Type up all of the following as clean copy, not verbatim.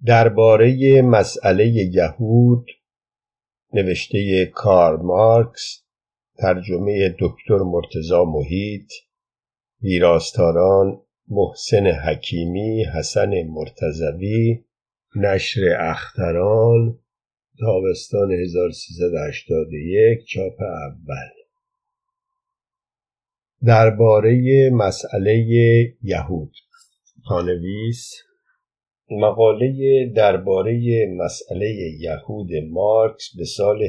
درباره مسئله یهود، نوشته کارل مارکس، ترجمه دکتر مرتضی محیط، ویراستاران محسن حکیمی، حسن مرتضوی، نشر اختران، تابستان 1381، چاپ اول. درباره مسئله یهود. پانویس: مقاله درباره مسئله یهود مارکس به سال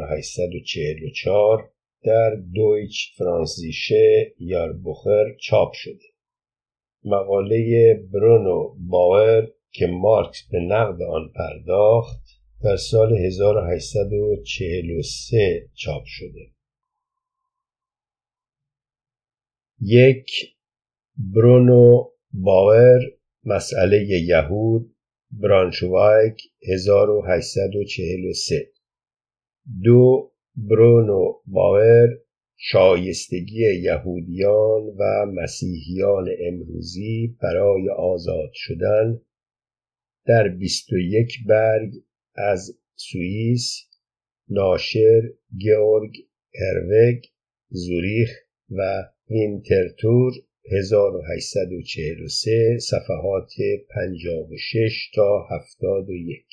1844 در دویچ فرانزیشه یاربوخر چاپ شده. مقاله برونو باور که مارکس به نقد آن پرداخت در سال 1843 چاپ شده. 1. برونو باور، مسئله یهود، برانشوایک، 1843. 2. برونو باور، شایستگی یهودیان و مسیحیان امروزی برای آزاد شدن، در 21 برگ از سوئیس، ناشر گیورگ هروگ، زوریخ و وینترتور، 1843، صفحات 56 تا 71.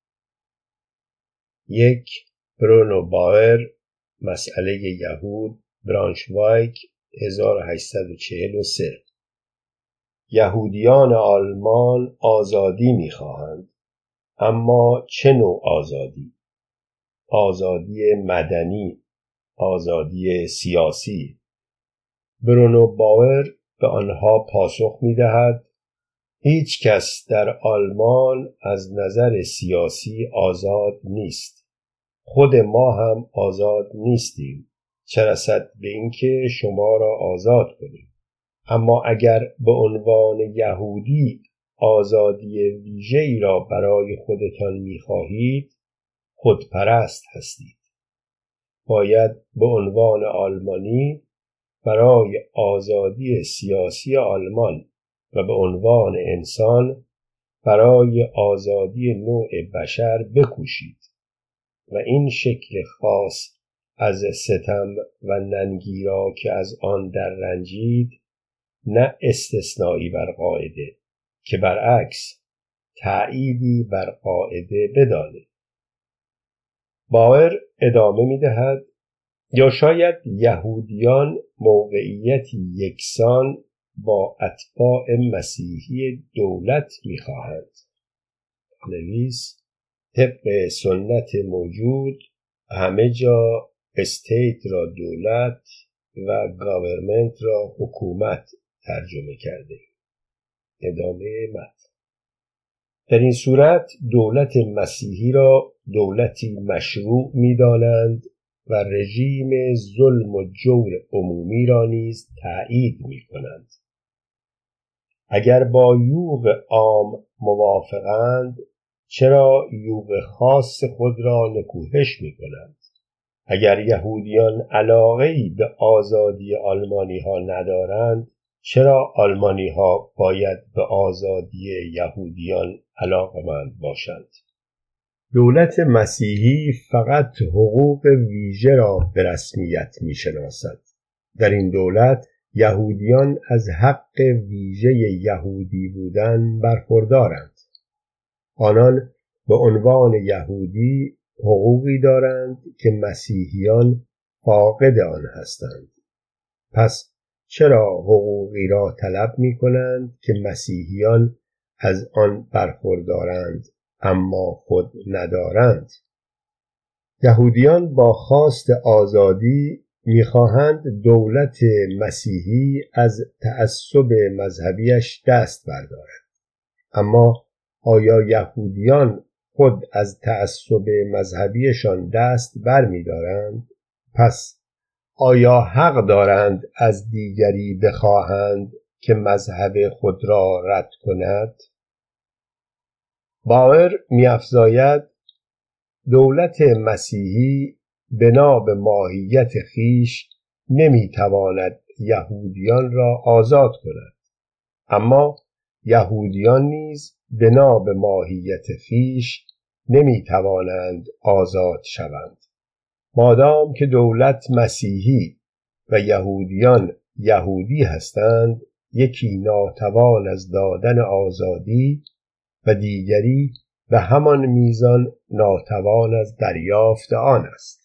1. برونو باور، مسئله یهود، برانشوایک، 1843. یهودیان آلمان آزادی می‌خواهند، اما چه نوع آزادی؟ آزادی مدنی، آزادی سیاسی؟ برونو باور به آنها پاسخ می‌دهد: هیچ کس در آلمان از نظر سیاسی آزاد نیست. خود ما هم آزاد نیستیم، چه رسد به اینکه شما را آزاد کنیم. اما اگر به عنوان یهودی آزادی ویژه‌ای را برای خودتان می‌خواهید، خودپرست هستید. باید به عنوان آلمانی برای آزادی سیاسی آلمان و به عنوان انسان برای آزادی نوع بشر بکوشید و این شکل خاص از ستم و ننگی را که از آن در رنجید، نه استثنایی بر قاعده که برعکس تأییدی بر قاعده بدانید. باور ادامه می‌دهد: یا شاید یهودیان موقعیتی یکسان با اتباع مسیحی دولت می‌خواهند. نویس: طبق سنت موجود همه جا استیت را دولت و گاورمنت را حکومت ترجمه کرده. ادامه متن: در این صورت دولت مسیحی را دولتی مشروع می‌دانند و رژیم ظلم و جور عمومی را نیز تأیید می‌کنند. اگر با یوغ عام موافقند، چرا یوغ خاص خود را نکوهش می‌کنند؟ اگر یهودیان علاقه‌ای به آزادی آلمانی‌ها ندارند، چرا آلمانی‌ها باید به آزادی یهودیان علاقه‌مند باشند؟ دولت مسیحی فقط حقوق ویژه را به رسمیت می‌شناسد. در این دولت یهودیان از حق ویژه یهودی بودن برخوردارند. آنان به عنوان یهودی حقوقی دارند که مسیحیان فاقد آن هستند. پس چرا حقوقی را طلب می‌کنند که مسیحیان از آن برخوردارند اما خود ندارند؟ یهودیان با خواست آزادی می‌خواهند دولت مسیحی از تعصب مذهبیش دست بردارد. اما آیا یهودیان خود از تعصب مذهبیشان دست برمی‌دارند؟ پس آیا حق دارند از دیگری بخواهند که مذهب خود را رد کند؟ باور می‌افزاید: دولت مسیحی بنا به ماهیت خویش نمی‌تواند یهودیان را آزاد کند، اما یهودیان نیز بنا به ماهیت خویش نمیتوانند آزاد شوند. مادام که دولت مسیحی و یهودیان یهودی هستند، یکی ناتوان از دادن آزادی و دیگری به همان میزان ناتوان از دریافت آن است.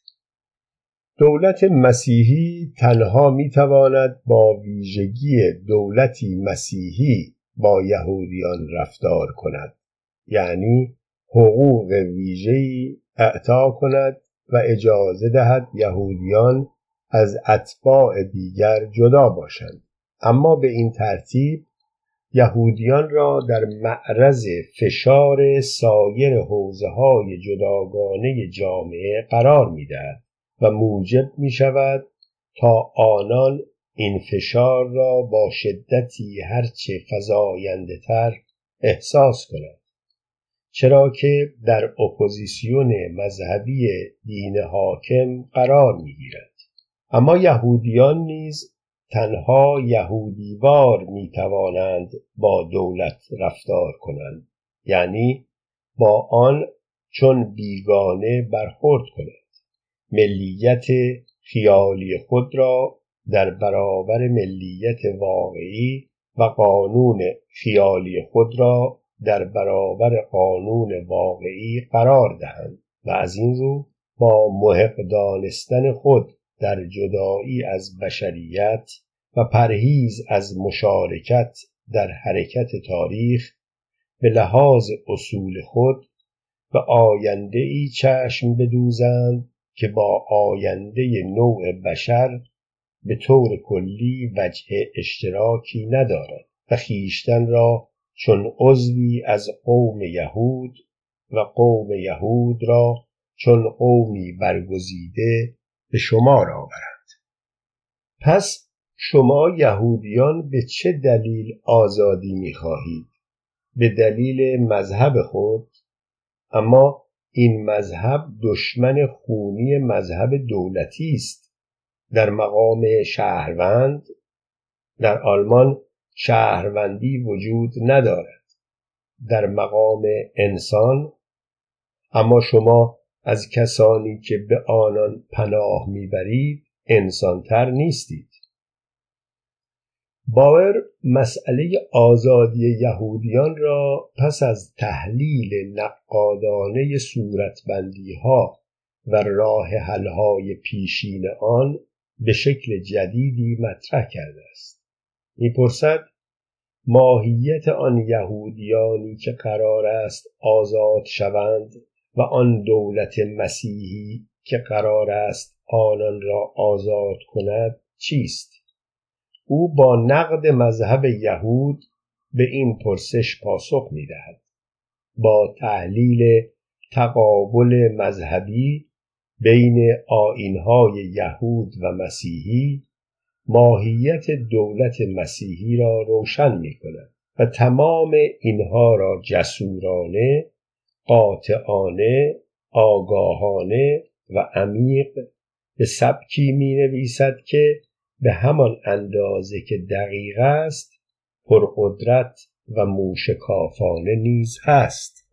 دولت مسیحی تنها میتواند با ویژگی دولتی مسیحی با یهودیان رفتار کند، یعنی حقوق ویژه‌ای اعطا کند و اجازه دهد یهودیان از اتباع دیگر جدا باشند، اما به این ترتیب یهودیان را در معرض فشار سایر حوزه‌های جداگانه جامعه قرار می‌دهد و موجب می‌شود تا آنان این فشار را با شدتی هرچه فزاینده‌تر احساس کنند، چرا که در اپوزیسیون مذهبی دین حاکم قرار می‌گیرد. اما یهودیان نیز تنها یهودیوار می‌توانند با دولت رفتار کنند، یعنی با آن چون بیگانه برخورد کنند. ملیت خیالی خود را در برابر ملیت واقعی و قانون خیالی خود را در برابر قانون واقعی قرار دهند و از این رو با محق دانستن خود در جدایی از بشریت و پرهیز از مشارکت در حرکت تاریخ به لحاظ اصول خود به آینده‌ای چشم بدوزند که با آینده نوع بشر به طور کلی وجه اشتراکی ندارد و خویشتن را چون عضوی از قوم یهود و قوم یهود را چون قومی برگزیده به شمار آورند. پس شما یهودیان به چه دلیل آزادی می‌خواهید؟ به دلیل مذهب خود؟ اما این مذهب دشمن خونی مذهب دولتی است. در مقام شهروند در آلمان شهروندی وجود ندارد. در مقام انسان اما شما از کسانی که به آنان پناه میبرید انسانتر نیستید. باور مسئله آزادی یهودیان را پس از تحلیل نقادانه صورتبندی‌ها و راه حل‌های پیشین آن به شکل جدیدی مطرح کرده است. می‌پرسد ماهیت آن یهودیانی که قرار است آزاد شوند و آن دولت مسیحی که قرار است آنان را آزاد کند چیست؟ او با نقد مذهب یهود به این پرسش پاسخ می‌دهد. با تحلیل تقابل مذهبی بین آیین‌های یهود و مسیحی ماهیت دولت مسیحی را روشن می‌کند و تمام اینها را جسورانه، قاطعانه، آگاهانه و عمیق به سبکی می‌نویسد که به همان اندازه که دقیق است، پرقدرت و موشکافانه نیز هست.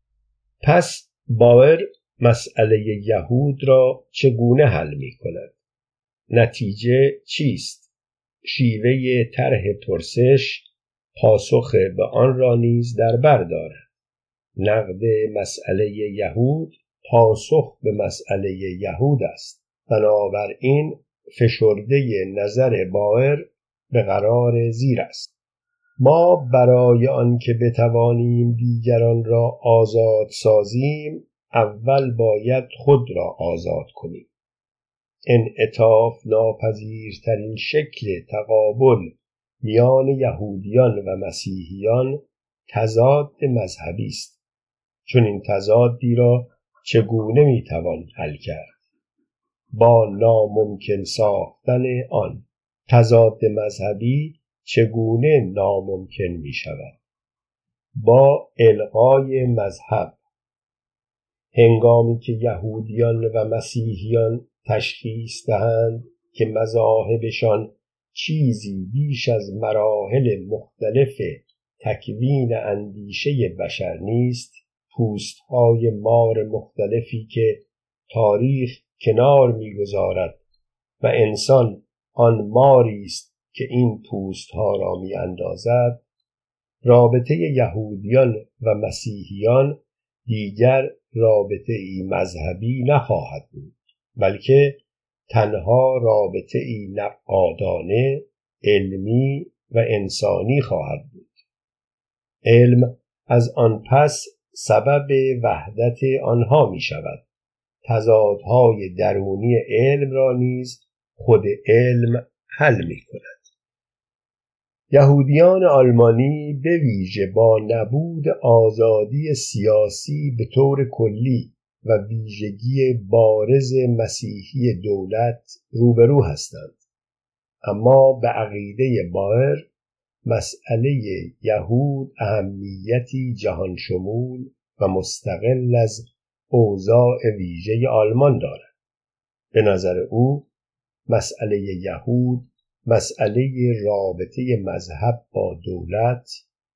پس باور مسئله یهود را چگونه حل می‌کند؟ نتیجه چیست؟ شیوه طرح پرسش پاسخ به آن را نیز در بر دارد. نقد مسئله یهود پاسخ به مسئله یهود است. بنابراین فشرده نظر باور به قرار زیر است. ما برای آنکه بتوانیم دیگران را آزاد سازیم اول باید خود را آزاد کنیم. انعطاف ناپذیرترین شکل تقابل میان یهودیان و مسیحیان تضاد مذهبی است. چون این تضادی را چگونه میتوان حل کرد؟ با ناممکن ساختن آن. تضاد مذهبی چگونه ناممکن می شود؟ با الغای مذهب. هنگامی که یهودیان و مسیحیان تشخیص دهند که مذاهبشان چیزی بیش از مراحل مختلف تکوین اندیشه بشر نیست، پوست‌های مار مختلفی که تاریخ کنار می‌گذارد و انسان آن ماری است که این پوست‌ها را می‌اندازد، رابطه یهودیان و مسیحیان دیگر رابطه‌ای مذهبی نخواهد بود، بلکه تنها رابطه‌ای نقادانه، علمی و انسانی خواهد بود. علم از آن پس سبب وحدت آنها می شود. تضادهای درونی علم را نیز خود علم حل می کند. یهودیان آلمانی به ویژه با نبود آزادی سیاسی به طور کلی و ویژگی بارز مسیحی دولت روبرو هستند. اما به عقیده بایر مسئله یهود اهمیتی جهان شمول و مستقل از اوضاع ویژه آلمان دارد. به نظر او مسئله یهود مسئله رابطه مذهب با دولت،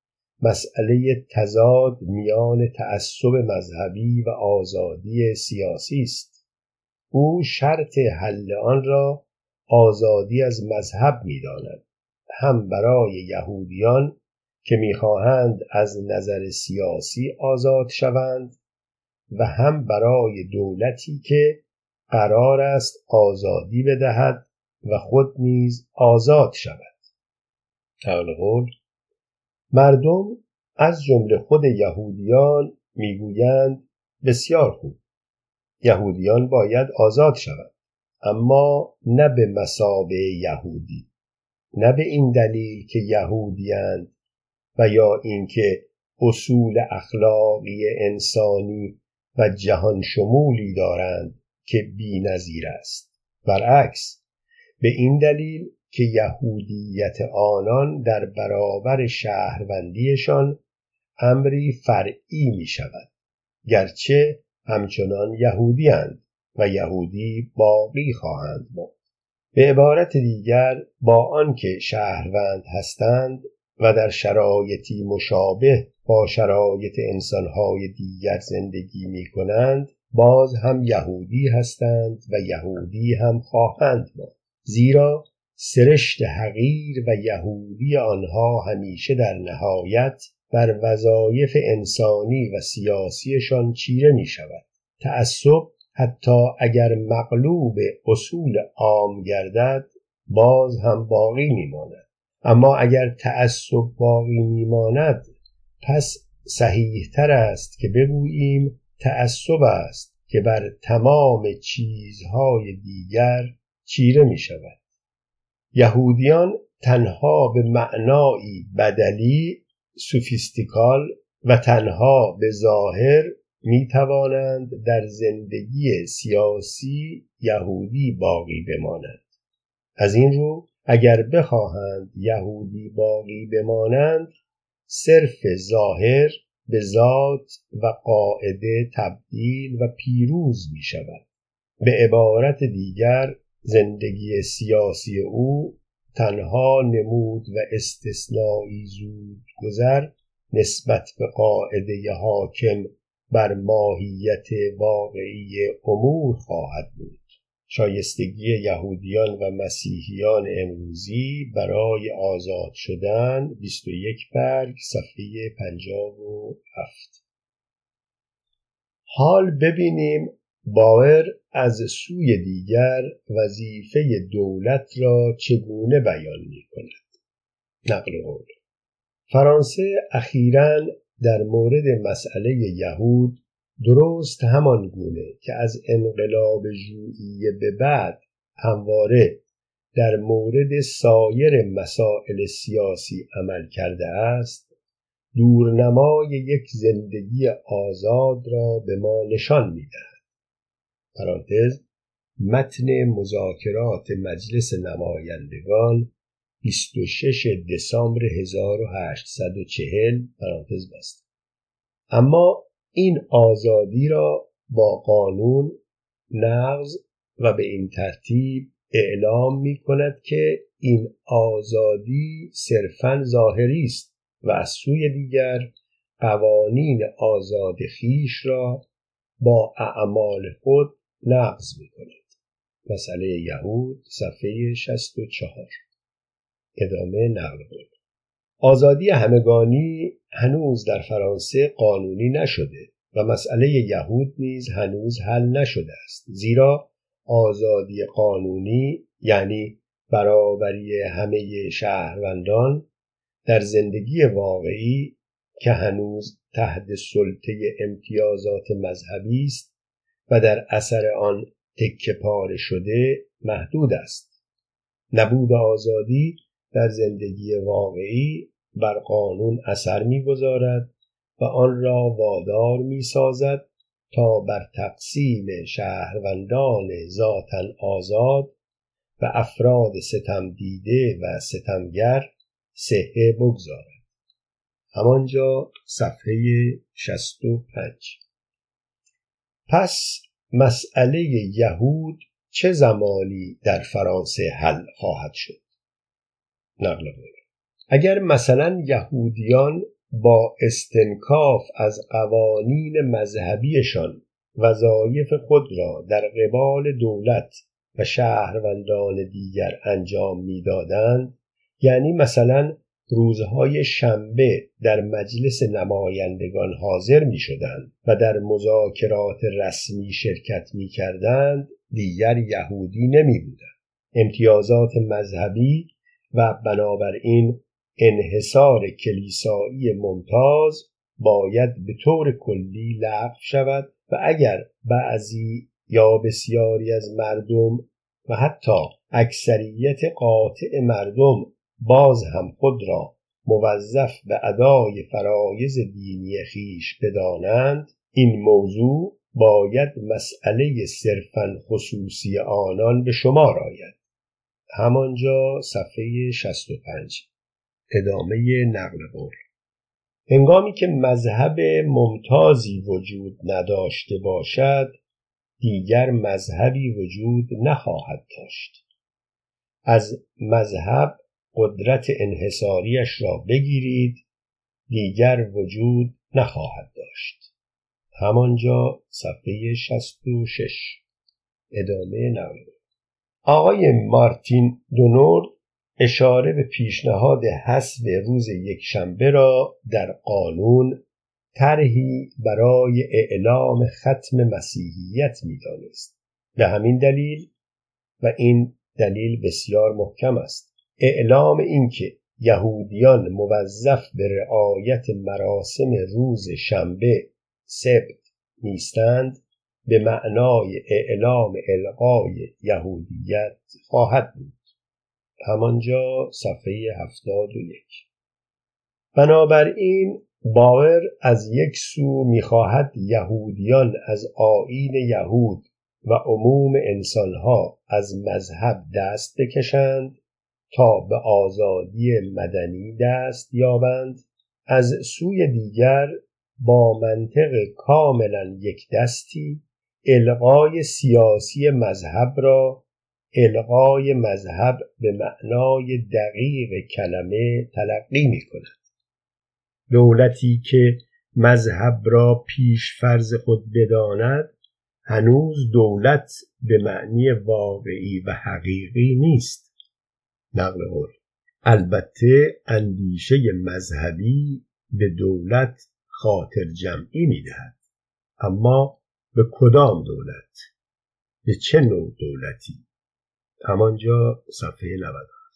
مسئله تضاد میان تعصب مذهبی و آزادی سیاسی است. او شرط حل آن را آزادی از مذهب می‌داند، هم برای یهودیان که می‌خواهند از نظر سیاسی آزاد شوند و هم برای دولتی که قرار است آزادی بدهد و خود نیز آزاد شود. در قول مردم از جمله خود یهودیان میگویند بسیار خوب، یهودیان باید آزاد شوند، اما نه به مثابه یهودی، نه به این دلیل که یهودی‌اند و یا اینکه اصول اخلاقی انسانی و جهان شمولی دارند که بی‌نظیر است. برعکس، به این دلیل که یهودیت آنان در برابر شهروندیشان امری فرعی می شود، گرچه همچنان یهودی‌اند و یهودی باقی خواهند ماند. به عبارت دیگر، با آنکه شهروند هستند و در شرایطی مشابه با شرایط انسان‌های دیگر زندگی می‌کنند، باز هم یهودی هستند و یهودی هم خواهند ماند، زیرا سرشت حقیر و یهودی آنها همیشه در نهایت بر وظایف انسانی و سیاسیشان چیره می‌شود. تعصب حتی اگر مغلوب اصول عام گردد باز هم باقی می‌ماند. اما اگر تعصب باقی می‌ماند، پس صحیح‌تر است که بگوییم تعصب است که بر تمام چیزهای دیگر چیره می‌شود. یهودیان تنها به معنایی بدلی، سوفیستیکال و تنها به ظاهر می توانند در زندگی سیاسی یهودی باقی بمانند. از این رو اگر بخواهند یهودی باقی بمانند، صرف ظاهر به ذات و قاعده تبدیل و پیروز می شود. به عبارت دیگر، زندگی سیاسی او تنها نمود و استثنایی زود گذر نسبت به قاعده حاکم بر ماهیت واقعی امور خواهد بود. شایستگی یهودیان و مسیحیان امروزی برای آزاد شدن 21 برگ صفحه 57. حال ببینیم بایر از سوی دیگر وظیفه دولت را چگونه بیان می کند. نقل قول: فرانسه اخیراً در مورد مسئله یهود درست همان گونه که از انقلاب ژوئیه به بعد همواره در مورد سایر مسائل سیاسی عمل کرده است، دورنمای یک زندگی آزاد را به ما نشان می‌دهد. پرانتز متن مذاکرات مجلس نمایندگان 26 دسامبر 1840 پرانتز بسته. اما این آزادی را با قانون نقض و به این ترتیب اعلام می کند که این آزادی صرفاً ظاهری است و از سوی دیگر قوانین آزاد خویش را با اعمال خود نقض می‌کند. مسئله یهود صفحه 64. ادامه نقل قول. آزادی همگانی هنوز در فرانسه قانونی نشده و مسئله یهود نیز هنوز حل نشده است، زیرا آزادی قانونی یعنی برابری همه شهروندان در زندگی واقعی که هنوز تحت سلطه امتیازات مذهبی است و در اثر آن تکه پاره شده محدود است. نبود آزادی در زندگی واقعی بر قانون اثر می‌گذارد و آن را وادار می‌سازد تا بر تقسیم شهروندان ذاتاً آزاد و افراد ستم دیده و ستمگر صحه بگذارد. همانجا صفحه 65. پس مسئله یهود چه زمانی در فرانسه حل خواهد شد؟ نقل قول. اگر مثلا یهودیان با استنکاف از قوانین مذهبیشان وظایف خود را در قبال دولت و شهروندان دیگر انجام می‌دادند، یعنی مثلا روزهای شنبه در مجلس نمایندگان حاضر می‌شدند و در مذاکرات رسمی شرکت می‌کردند، دیگر یهودی نمی‌بودند. امتیازات مذهبی و بنابراین انحصار کلیسایی ممتاز باید به طور کلی لغو شود و اگر بعضی یا بسیاری از مردم و حتی اکثریت قاطع مردم باز هم خود را موظف به ادای فرایض دینی خویش بدانند، این موضوع باید مسئله صرفاً خصوصی آنان به شمار آید. همانجا صفحه 65. ادامه نقل قول. هنگامی که مذهب ممتازی وجود نداشته باشد، دیگر مذهبی وجود نخواهد داشت. از مذهب قدرت انحصاریش را بگیرید، دیگر وجود نخواهد داشت. همانجا صفحه 66. ادامه نقل قول. آقای مارتین دونورد اشاره به پیشنهاد حذف روز یکشنبه را در قانون طرحی برای اعلام ختم مسیحیت می‌دانست. به همین دلیل و این دلیل بسیار محکم است، اعلام اینکه یهودیان موظف به رعایت مراسم روز شنبه سبت نیستند به معنای اعلام الغای یهودیت خواهد بود. همانجا صفحه 71. بنابراین باور از یک سو می‌خواهد یهودیان از آیین یهود و عموم انسانها از مذهب دست بکشند تا به آزادی مدنی دست یابند، از سوی دیگر با منطق کاملا یک دستی الغای سیاسی مذهب را الغای مذهب به معنای دقیق کلمه تلقی می کند. دولتی که مذهب را پیش فرض خود بداند هنوز دولت به معنی واقعی و حقیقی نیست. نقل قول. البته اندیشه مذهبی به دولت خاطر جمعی می دهد، اما به کدام دولت؟ به چه نوع دولتی؟ همانجا صفحه 90.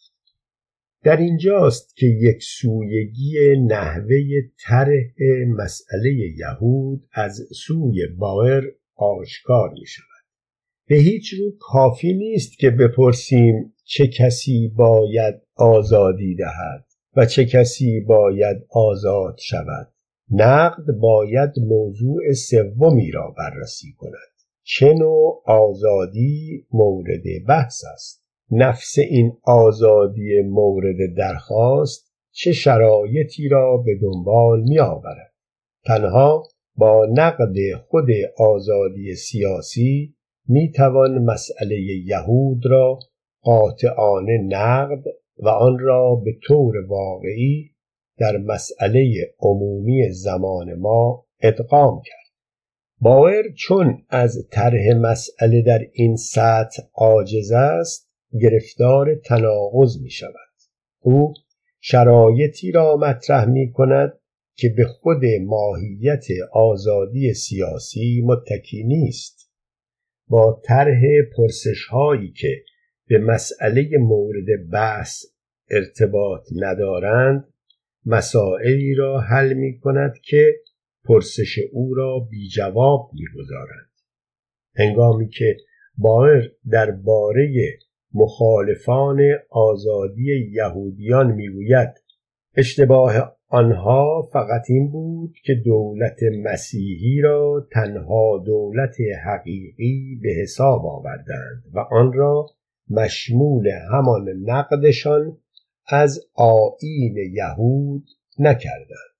در اینجاست که یک سویگی نحوه طرح مسئله یهود از سوی باور آشکار می شود. به هیچ رو کافی نیست که بپرسیم چه کسی باید آزادی دهد و چه کسی باید آزاد شود. نقد باید موضوع سومی را بررسی کند. چه نوع آزادی مورد بحث است؟ نفس این آزادی مورد درخواست چه شرایطی را به دنبال می آورد؟ تنها با نقد خود آزادی سیاسی می توان مسئله یهود را قاطعانه نقد و آن را به طور واقعی در مسئله عمومی زمان ما ادغام کرد. باور چون از طرح مسئله در این سطح عاجز است، گرفتار تناقض می شود. او شرایطی را مطرح می کند که به خود ماهیت آزادی سیاسی متکی نیست. با طرح پرسش‌هایی که به مسئله مورد بحث ارتباط ندارند، مسائلی را حل می کند که پرسش او را بی جواب می گذارند. هنگامی که باور درباره مخالفان آزادی یهودیان می گوید اشتباه آنها فقط این بود که دولت مسیحی را تنها دولت حقیقی به حساب آوردند و آن را مشمول همان نقدشان از آیین یهود نکردند.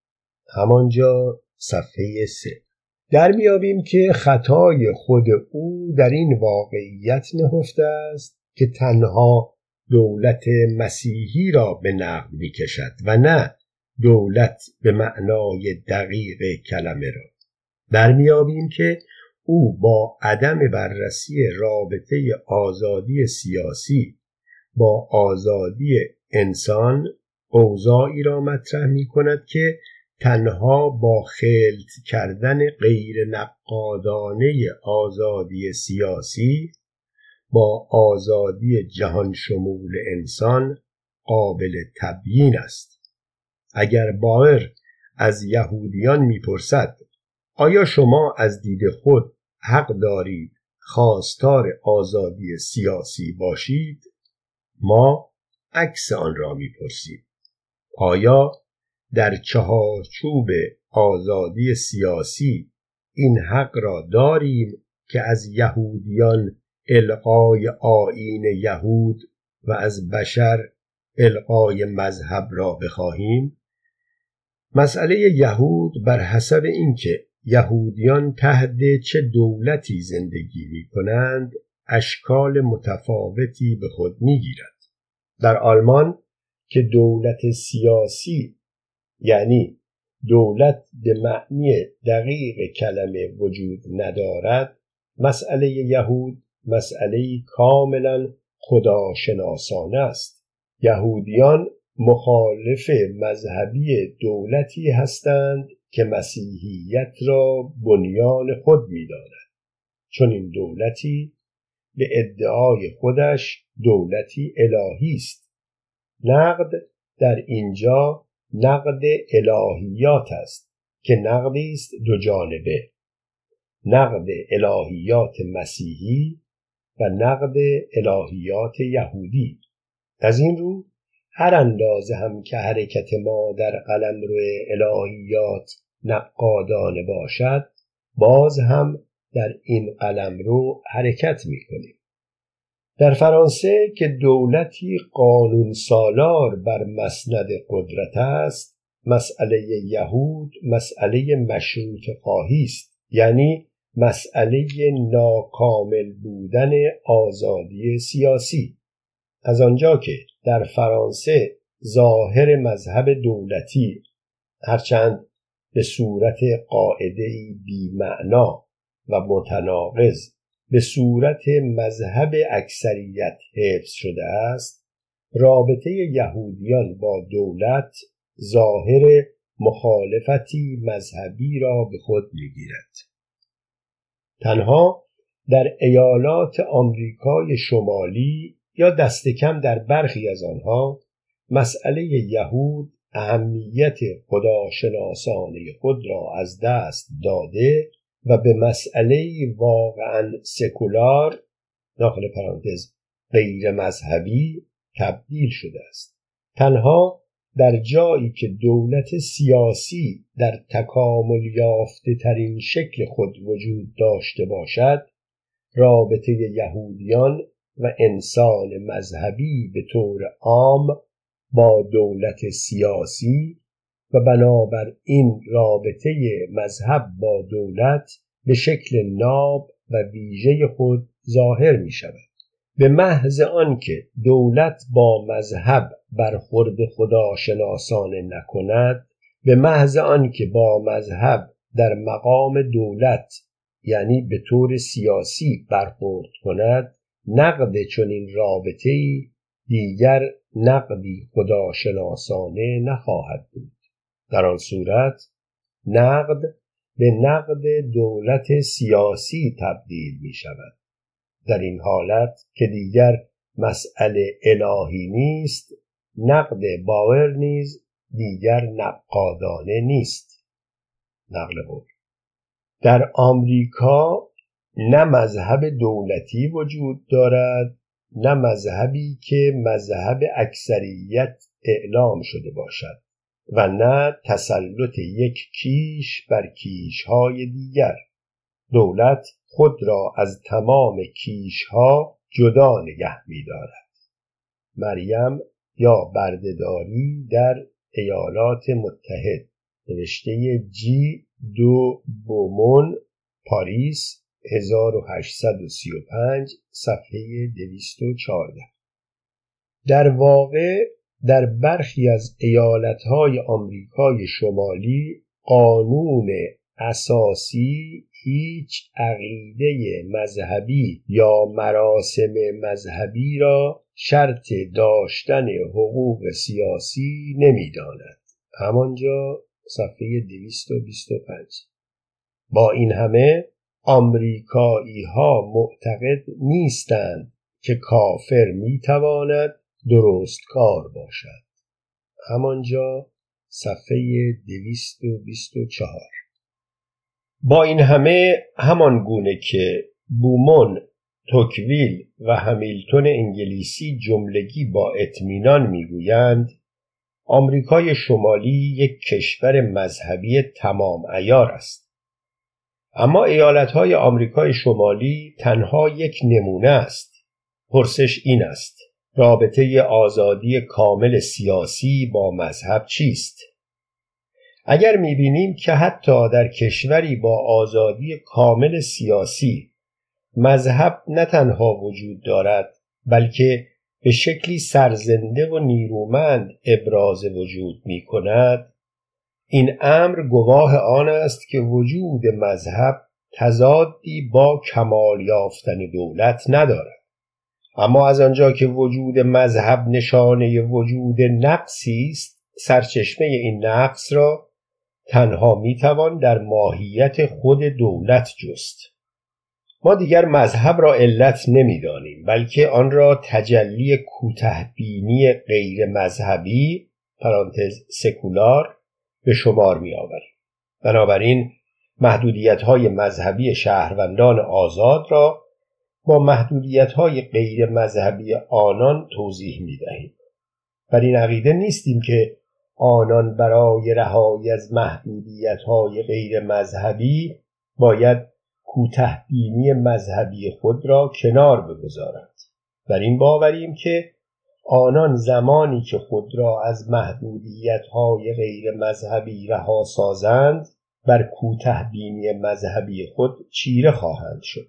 همانجا صفحه 3 در میابیم که خطای خود او در این واقعیت نهفته است که تنها دولت مسیحی را به نقد می‌کشد و نه دولت به معنای دقیق کلمه را. در میابیم که او با عدم بررسی رابطه آزادی سیاسی با آزادی انسان اوضاعی را مطرح می کند که تنها با خلط کردن غیر نقادانه آزادی سیاسی با آزادی جهان شمول انسان قابل تبیین است. اگر باور از یهودیان میپرسد آیا شما از دید خود حق دارید خواستار آزادی سیاسی باشید؟ ما عکس آن را میپرسیم. آیا در چهارچوب آزادی سیاسی این حق را داریم که از یهودیان الغای آیین یهود و از بشر الغای مذهب را بخواهیم؟ مسئله یهود بر حسب اینکه یهودیان تحت چه دولتی زندگی می کنند اشکال متفاوتی به خود می گیرد. در آلمان که دولت سیاسی یعنی دولت به معنی دقیق کلمه وجود ندارد، مسئله یهود مسئله کاملا خداشناسانه است. یهودیان مخالف مذهبی دولتی هستند که مسیحیت را بنیان خود می‌داند، چون این دولتی به ادعای خودش دولتی الهی است. نقد در اینجا نقد الهیات است که نقدی است دو جانبه، نقد الهیات مسیحی و نقد الهیات یهودی. از این رو هر اندازه هم که حرکت ما در قلمرو الهیات نقادانه باشد، باز هم در این قلمرو حرکت می‌کنیم. در فرانسه که دولتی قانون سالار بر مسند قدرت است، مسئله یهود مسئله مشروط خواهی است، یعنی مسئله ناکامل بودن آزادی سیاسی. از آنجا که در فرانسه ظاهر مذهب دولتی هرچند به صورت قاعده‌ای بی‌معنا و متناقض به صورت مذهب اکثریت حفظ شده است، رابطه یهودیان با دولت ظاهر مخالفتی مذهبی را به خود می‌گیرد. تنها در ایالات آمریکای شمالی یا دست کم در برخی از آنها مسئله یهود اهمیت خداشناسانه خود را از دست داده و به مسئله واقعاً سکولار داخل پرانتز غیر مذهبی تبدیل شده است. تنها در جایی که دولت سیاسی در تکامل یافته ترین شکل خود وجود داشته باشد، رابطه یهودیان و انسان مذهبی به طور عام با دولت سیاسی و بنابراین رابطه مذهب با دولت به شکل ناب و ویژه خود ظاهر می شود. به محض آنکه دولت با مذهب برخورد خداشناسانه نکند، به محض آن که با مذهب در مقام دولت یعنی به طور سیاسی برخورد کند، نقد چنین رابطه‌ای دیگر نقدی خداشناسانه نخواهد بود. در آن صورت نقد به نقد دولت سیاسی تبدیل می شود. در این حالت که دیگر مسئله الهی نیست، نقد باور نیز دیگر نقادانه نیست. نقل قول. در آمریکا نه مذهب دولتی وجود دارد، نه مذهبی که مذهب اکثریت اعلام شده باشد و نه تسلط یک کیش بر کیش‌های دیگر. دولت خود را از تمام کیش‌ها جدا نگه می‌دارد. مریم یا بردهداری در ایالات متحد، نوشته جی دو بومون، پاریس 1835، صفحه 214. در واقع در برخی از ایالت‌های آمریکای شمالی قانون اساسی هیچ عقیده مذهبی یا مراسم مذهبی را شرط داشتن حقوق سیاسی نمی‌داند. همانجا صفحه 225. با این همه آمریکایی‌ها معتقد نیستند که کافر می‌تواند درستکار باشد. همانجا صفحه 224. با این همه همان گونه که بومون، توکویل و همیلتون انگلیسی جملگی با اطمینان میگویند، آمریکای شمالی یک کشور مذهبی تمام عیار است. اما ایالت‌های آمریکای شمالی تنها یک نمونه است. پرسش این است: رابطه آزادی کامل سیاسی با مذهب چیست؟ اگر می‌بینیم که حتی در کشوری با آزادی کامل سیاسی مذهب نه تنها وجود دارد، بلکه به شکلی سرزنده و نیرومند ابراز وجود می‌کند، این امر گواه آن است که وجود مذهب تضادی با کمال یافتن دولت ندارد. اما از آنجا که وجود مذهب نشانه وجود نقصی است، سرچشمه این نقص را تنها میتوان در ماهیت خود دولت جست. ما دیگر مذهب را علت نمیدانیم، بلکه آن را تجلی کوتاه‌بینی غیر مذهبی سکولار به شمار می‌آوریم. بنابراین محدودیت‌های مذهبی شهروندان آزاد را با محدودیت‌های غیر مذهبی آنان توضیح می‌دهیم. بر این عقیده نیستیم که آنان برای رهایی از محدودیت‌های غیر مذهبی باید کوتاه‌بینی مذهبی خود را کنار بگذارند. بر این باوریم که آنان زمانی که خود را از محدودیت‌های غیر مذهبی رها سازند، بر کوتاه‌بینی مذهبی خود چیره خواهند شد.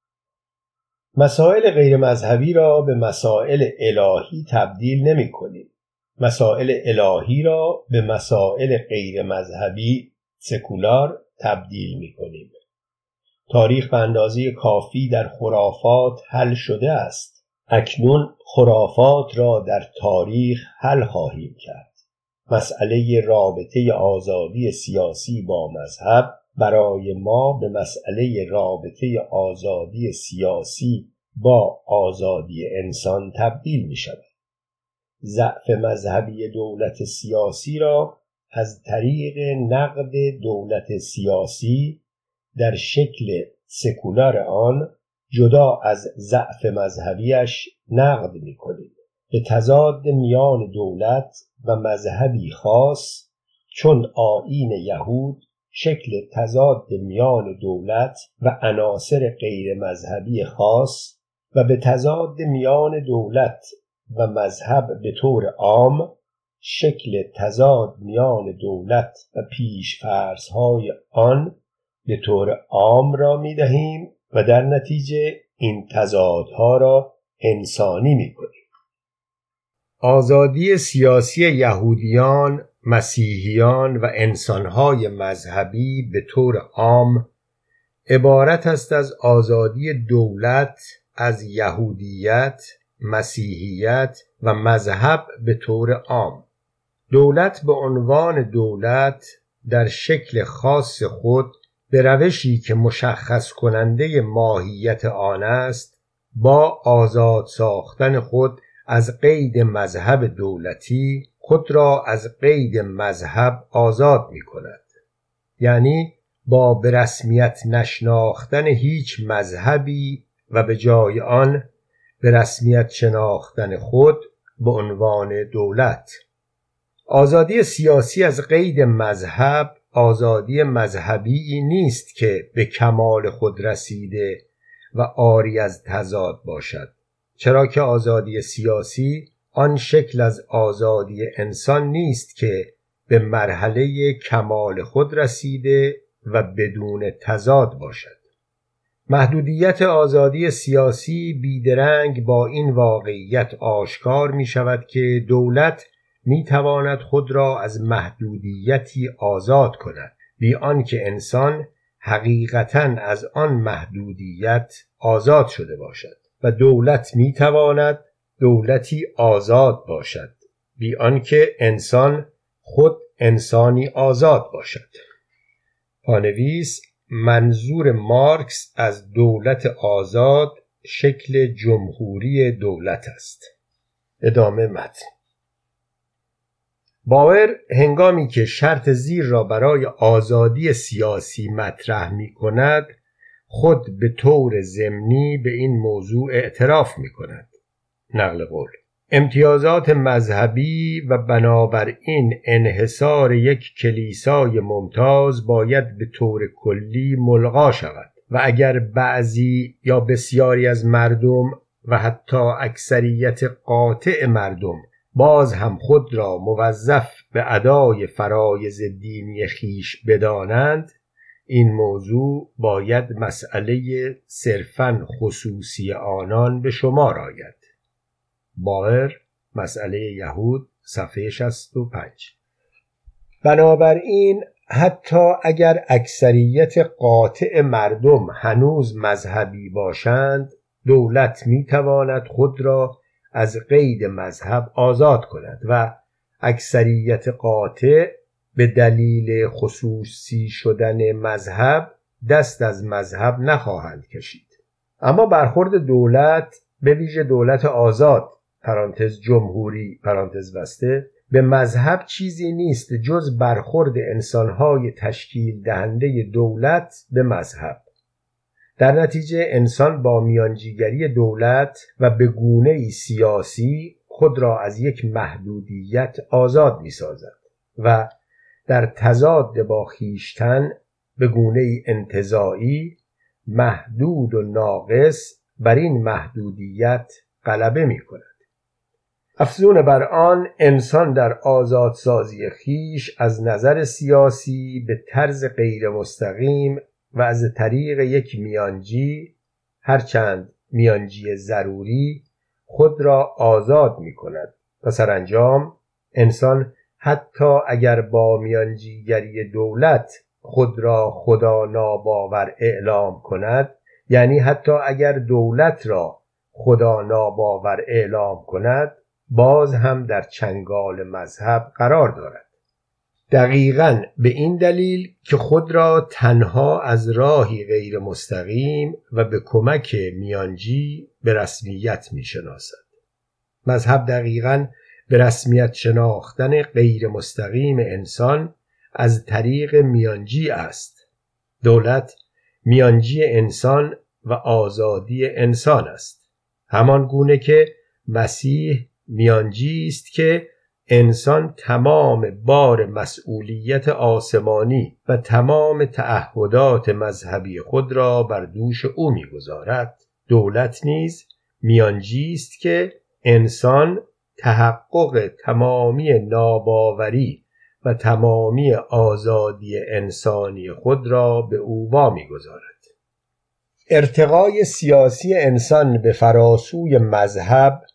مسائل غیر مذهبی را به مسائل الهی تبدیل نمی‌کنیم. مسائل الهی را به مسائل غیر مذهبی سکولار تبدیل می‌کنیم. تاریخ به اندازه کافی در خرافات حل شده است. اکنون خرافات را در تاریخ حل خواهیم کرد. مسئله رابطه آزادی سیاسی با مذهب برای ما به مسئله رابطه آزادی سیاسی با آزادی انسان تبدیل می شود. ضعف مذهبی دولت سیاسی را از طریق نقد دولت سیاسی در شکل سکولار آن جدا از ضعف مذهبیش نقد می‌کنیم. به تضاد میان دولت و مذهبی خاص، چون آیین یهود شکل تضاد میان دولت و عناصر غیر مذهبی خاص و به تضاد میان دولت و مذهب به طور عام شکل تضاد میان دولت و پیش‌فرض‌های آن به طور عام را می‌دهیم و در نتیجه این تضادها را انسانی می‌کنیم. آزادی سیاسی یهودیان، مسیحیان و انسانهای مذهبی به طور عام عبارت است از آزادی دولت از یهودیت، مسیحیت و مذهب به طور عام. دولت به عنوان دولت در شکل خاص خود به روشی که مشخص کننده ماهیت آن است با آزاد ساختن خود از قید مذهب دولتی خود را از قید مذهب آزاد می کند. یعنی با به رسمیت نشناختن هیچ مذهبی و به جای آن به رسمیت شناختن خود به عنوان دولت. آزادی سیاسی از قید مذهب آزادی مذهبی نیست که به کمال خود رسیده و عاری از تضاد باشد، چرا که آزادی سیاسی آن شکل از آزادی انسان نیست که به مرحله کمال خود رسیده و بدون تضاد باشد. محدودیت آزادی سیاسی بیدرنگ با این واقعیت آشکار می شود که دولت می تواند خود را از محدودیتی آزاد کند بی آنکه انسان حقیقتاً از آن محدودیت آزاد شده باشد، و دولت می تواند دولتی آزاد باشد بی آنکه انسان خود انسانی آزاد باشد. پانویس: منظور مارکس از دولت آزاد شکل جمهوری دولت است. ادامه متن. باور هنگامی که شرط زیر را برای آزادی سیاسی مطرح می کند خود به طور ضمنی به این موضوع اعتراف می کند. نقل قول: امتیازات مذهبی و بنابراین انحصار یک کلیسای ممتاز باید به طور کلی ملغا شود و اگر بعضی یا بسیاری از مردم و حتی اکثریت قاطع مردم باز هم خود را موظف به ادای فرایض دینی خیش بدانند، این موضوع باید مسئله صرفاً خصوصی آنان به شمار آید. باور، مسئله یهود، صفحه 65. بنابراین حتی اگر اکثریت قاطع مردم هنوز مذهبی باشند، دولت میتواند خود را از قید مذهب آزاد کند و اکثریت قاطع به دلیل خصوصی شدن مذهب دست از مذهب نخواهند کشید. اما برخورد دولت، به ویژه دولت آزاد پرانتز جمهوری پرانتز بسته، به مذهب چیزی نیست جز برخورد انسانهای تشکیل دهنده دولت به مذهب. در نتیجه انسان با میانجیگری دولت و به گونه‌ای سیاسی خود را از یک محدودیت آزاد می‌سازد و در تضاد با خویشتن به گونه‌ای انتزاعی محدود و ناقص بر این محدودیت غلبه می‌کند. افزون بر آن، انسان در آزادسازی خویش از نظر سیاسی به طرز غیر مستقیم و از طریق یک میانجی، هرچند میانجی ضروری، خود را آزاد می کند و سرانجام انسان حتی اگر با میانجیگری دولت خود را خدا ناباور اعلام کند، یعنی حتی اگر دولت را خدا ناباور اعلام کند، باز هم در چنگال مذهب قرار دارد. دقیقاً به این دلیل که خود را تنها از راهی غیر مستقیم و به کمک میانجی به رسمیت می شناسد. مذهب دقیقاً به رسمیت شناختن غیر مستقیم انسان از طریق میانجی است. دولت میانجی انسان و آزادی انسان است، همان گونه که مسیح میانجی است که انسان تمام بار مسئولیت آسمانی و تمام تعهدات مذهبی خود را بر دوش او می‌گذارد. دولت نیز میانجی است که انسان تحقق تمامی ناباوری و تمامی آزادی انسانی خود را به او وامی‌گذارد. ارتقای سیاسی انسان به فراسوی مذهب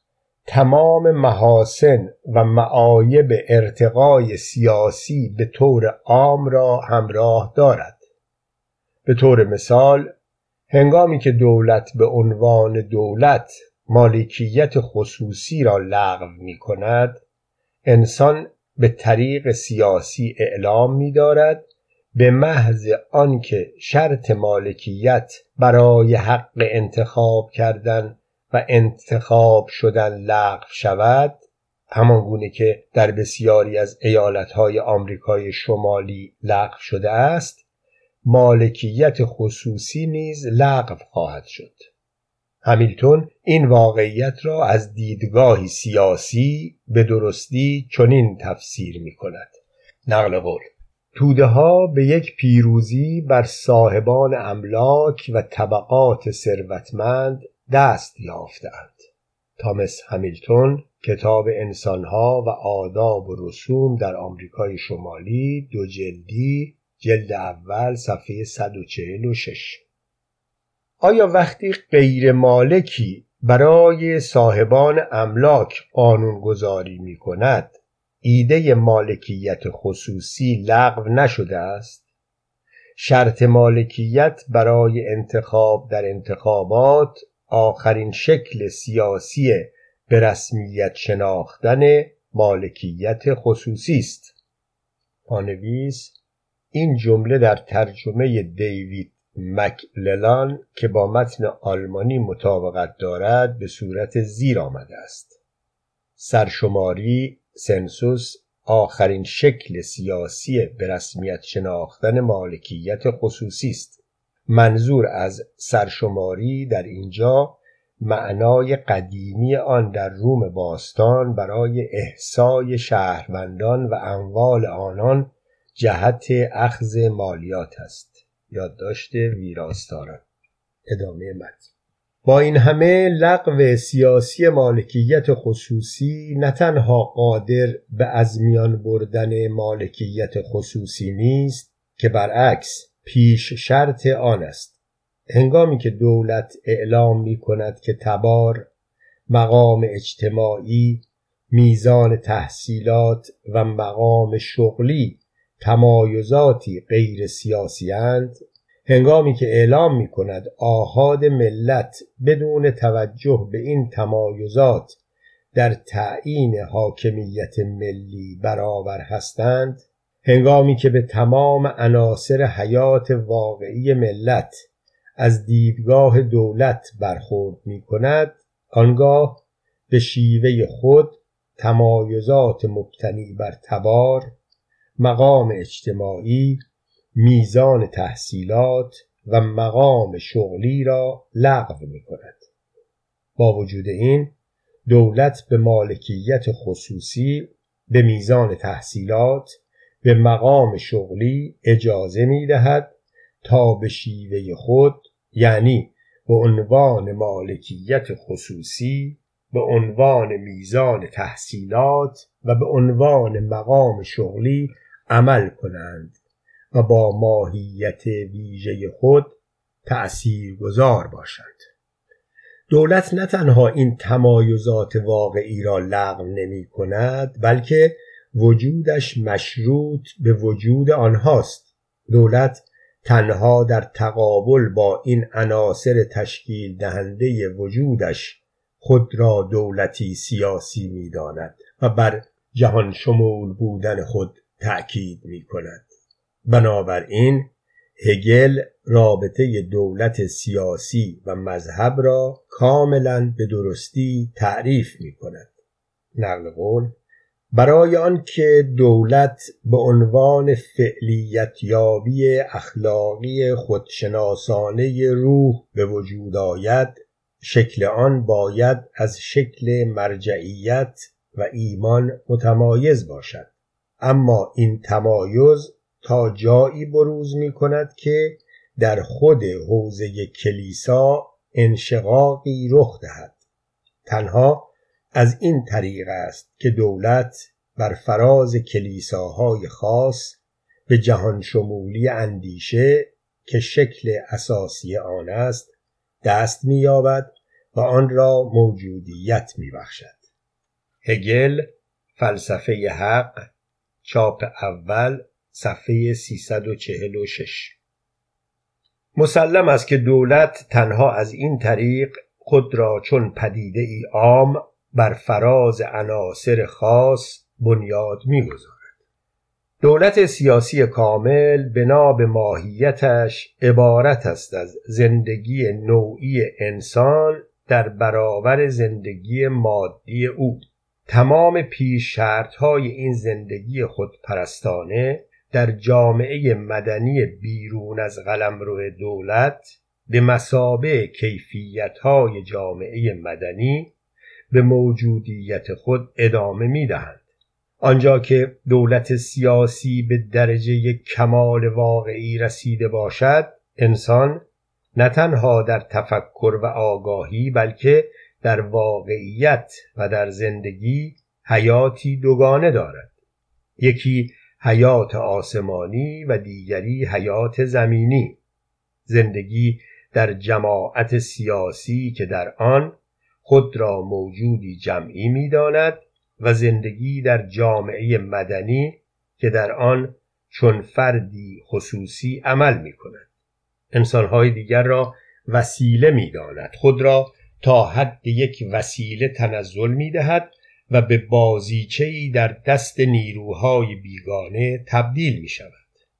تمام محاسن و معایب ارتقای سیاسی به طور عام را همراه دارد. به طور مثال، هنگامی که دولت به عنوان دولت مالکیت خصوصی را لغو می کند، انسان به طریق سیاسی اعلام می دارد به محض آنکه شرط مالکیت برای حق انتخاب کردن و انتخاب شدن لغو شود، همان گونه که در بسیاری از ایالت‌های آمریکای شمالی لغو شده است، مالکیت خصوصی نیز لغو خواهد شد. همیلتون این واقعیت را از دیدگاهی سیاسی به درستی چنین تفسیر می‌کند. نقل قول: توده‌ها به یک پیروزی بر صاحبان املاک و طبقات ثروتمند دست یافتند. تامس همیلتون، کتاب انسان‌ها و آداب و رسوم در آمریکای شمالی، 2 جلدی، جلد اول، صفحه 146. آیا وقتی غیر مالکی برای صاحبان املاک قانونگذاری می کند، ایده مالکیت خصوصی لغو نشده است؟ شرط مالکیت برای انتخاب در انتخابات آخرین شکل سیاسی به رسمیت شناختن مالکیت خصوصی است. پانویس: این جمله در ترجمه دیوید مکللان که با متن آلمانی مطابقت دارد به صورت زیر آمده است: سرشماری، سنسوس، آخرین شکل سیاسی به رسمیت شناختن مالکیت خصوصی است. منظور از سرشماری در اینجا معنای قدیمی آن در روم باستان برای احصای شهروندان و اموال آنان جهت اخذ مالیات است. یادداشت ویراستاران. ادامه متن. با این همه لغو سیاسی مالکیت خصوصی نه تنها قادر به از میان بردن مالکیت خصوصی نیست که برعکس پیش شرط آن است. هنگامی که دولت اعلام می کند که تبار، مقام اجتماعی، میزان تحصیلات و مقام شغلی تمایزاتی غیر سیاسی اند، هنگامی که اعلام می کند آحاد ملت بدون توجه به این تمایزات در تعیین حاکمیت ملی برابر هستند، هنگامی که به تمام عناصر حیات واقعی ملت از دیدگاه دولت برخورد می کند، آنگاه به شیوه خود تمایزات مبتنی بر تبار، مقام اجتماعی، میزان تحصیلات و مقام شغلی را لغو می کند. با وجود این، دولت به مالکیت خصوصی، به میزان تحصیلات، به مقام شغلی اجازه می دهد تا به شیوه خود، یعنی به عنوان مالکیت خصوصی، به عنوان میزان تحصیلات و به عنوان مقام شغلی عمل کنند و با ماهیت ویژه خود تأثیرگذار باشند. دولت نه تنها این تمایزات واقعی را لغو نمی کند، بلکه وجودش مشروط به وجود آنهاست. دولت تنها در تقابل با این عناصر تشکیل دهنده وجودش خود را دولتی سیاسی می داند و بر جهان شمول بودن خود تأکید می کند. بنابراین هگل رابطه دولت سیاسی و مذهب را کاملا به درستی تعریف می کند. نقل قول: برای آن که دولت به عنوان فعلیت یابی اخلاقی خودشناسانه روح به وجود آید، شکل آن باید از شکل مرجعیت و ایمان متمایز باشد. اما این تمایز تا جایی بروز می کند که در خود حوزه کلیسا انشقاقی رخ دهد. تنها از این طریق است که دولت بر فراز کلیساهای خاص به جهان شمولی اندیشه که شکل اساسی آن است دست می یابد و آن را موجودیت می بخشد. هگل، فلسفه حق، چاپ اول، صفحه 346. مسلم است که دولت تنها از این طریق خود را چون پدیده ای عام بر فراز عناصر خاص بنیاد می‌گذارد. دولت سیاسی کامل بنا به ماهیتش عبارت است از زندگی نوعی انسان در برابر زندگی مادی او. تمام پیش شرط‌های این زندگی خودپرستانه در جامعه مدنی بیرون از قلمرو دولت به مثابه کیفیت‌های جامعه مدنی به موجودیت خود ادامه می‌دهند. آنجا که دولت سیاسی به درجه کمال واقعی رسیده باشد، انسان نه تنها در تفکر و آگاهی بلکه در واقعیت و در زندگی حیاتی دوگانه دارد. یکی حیات آسمانی و دیگری حیات زمینی. زندگی در جماعت سیاسی که در آن خود را موجودی جمعی می‌داند و زندگی در جامعه مدنی که در آن چون فردی خصوصی عمل می‌کند. انسان‌های دیگر را وسیله می‌داند، خود را تا حد یک وسیله تنزل می‌دهد و به بازیچه‌ای در دست نیروهای بیگانه تبدیل می‌شود.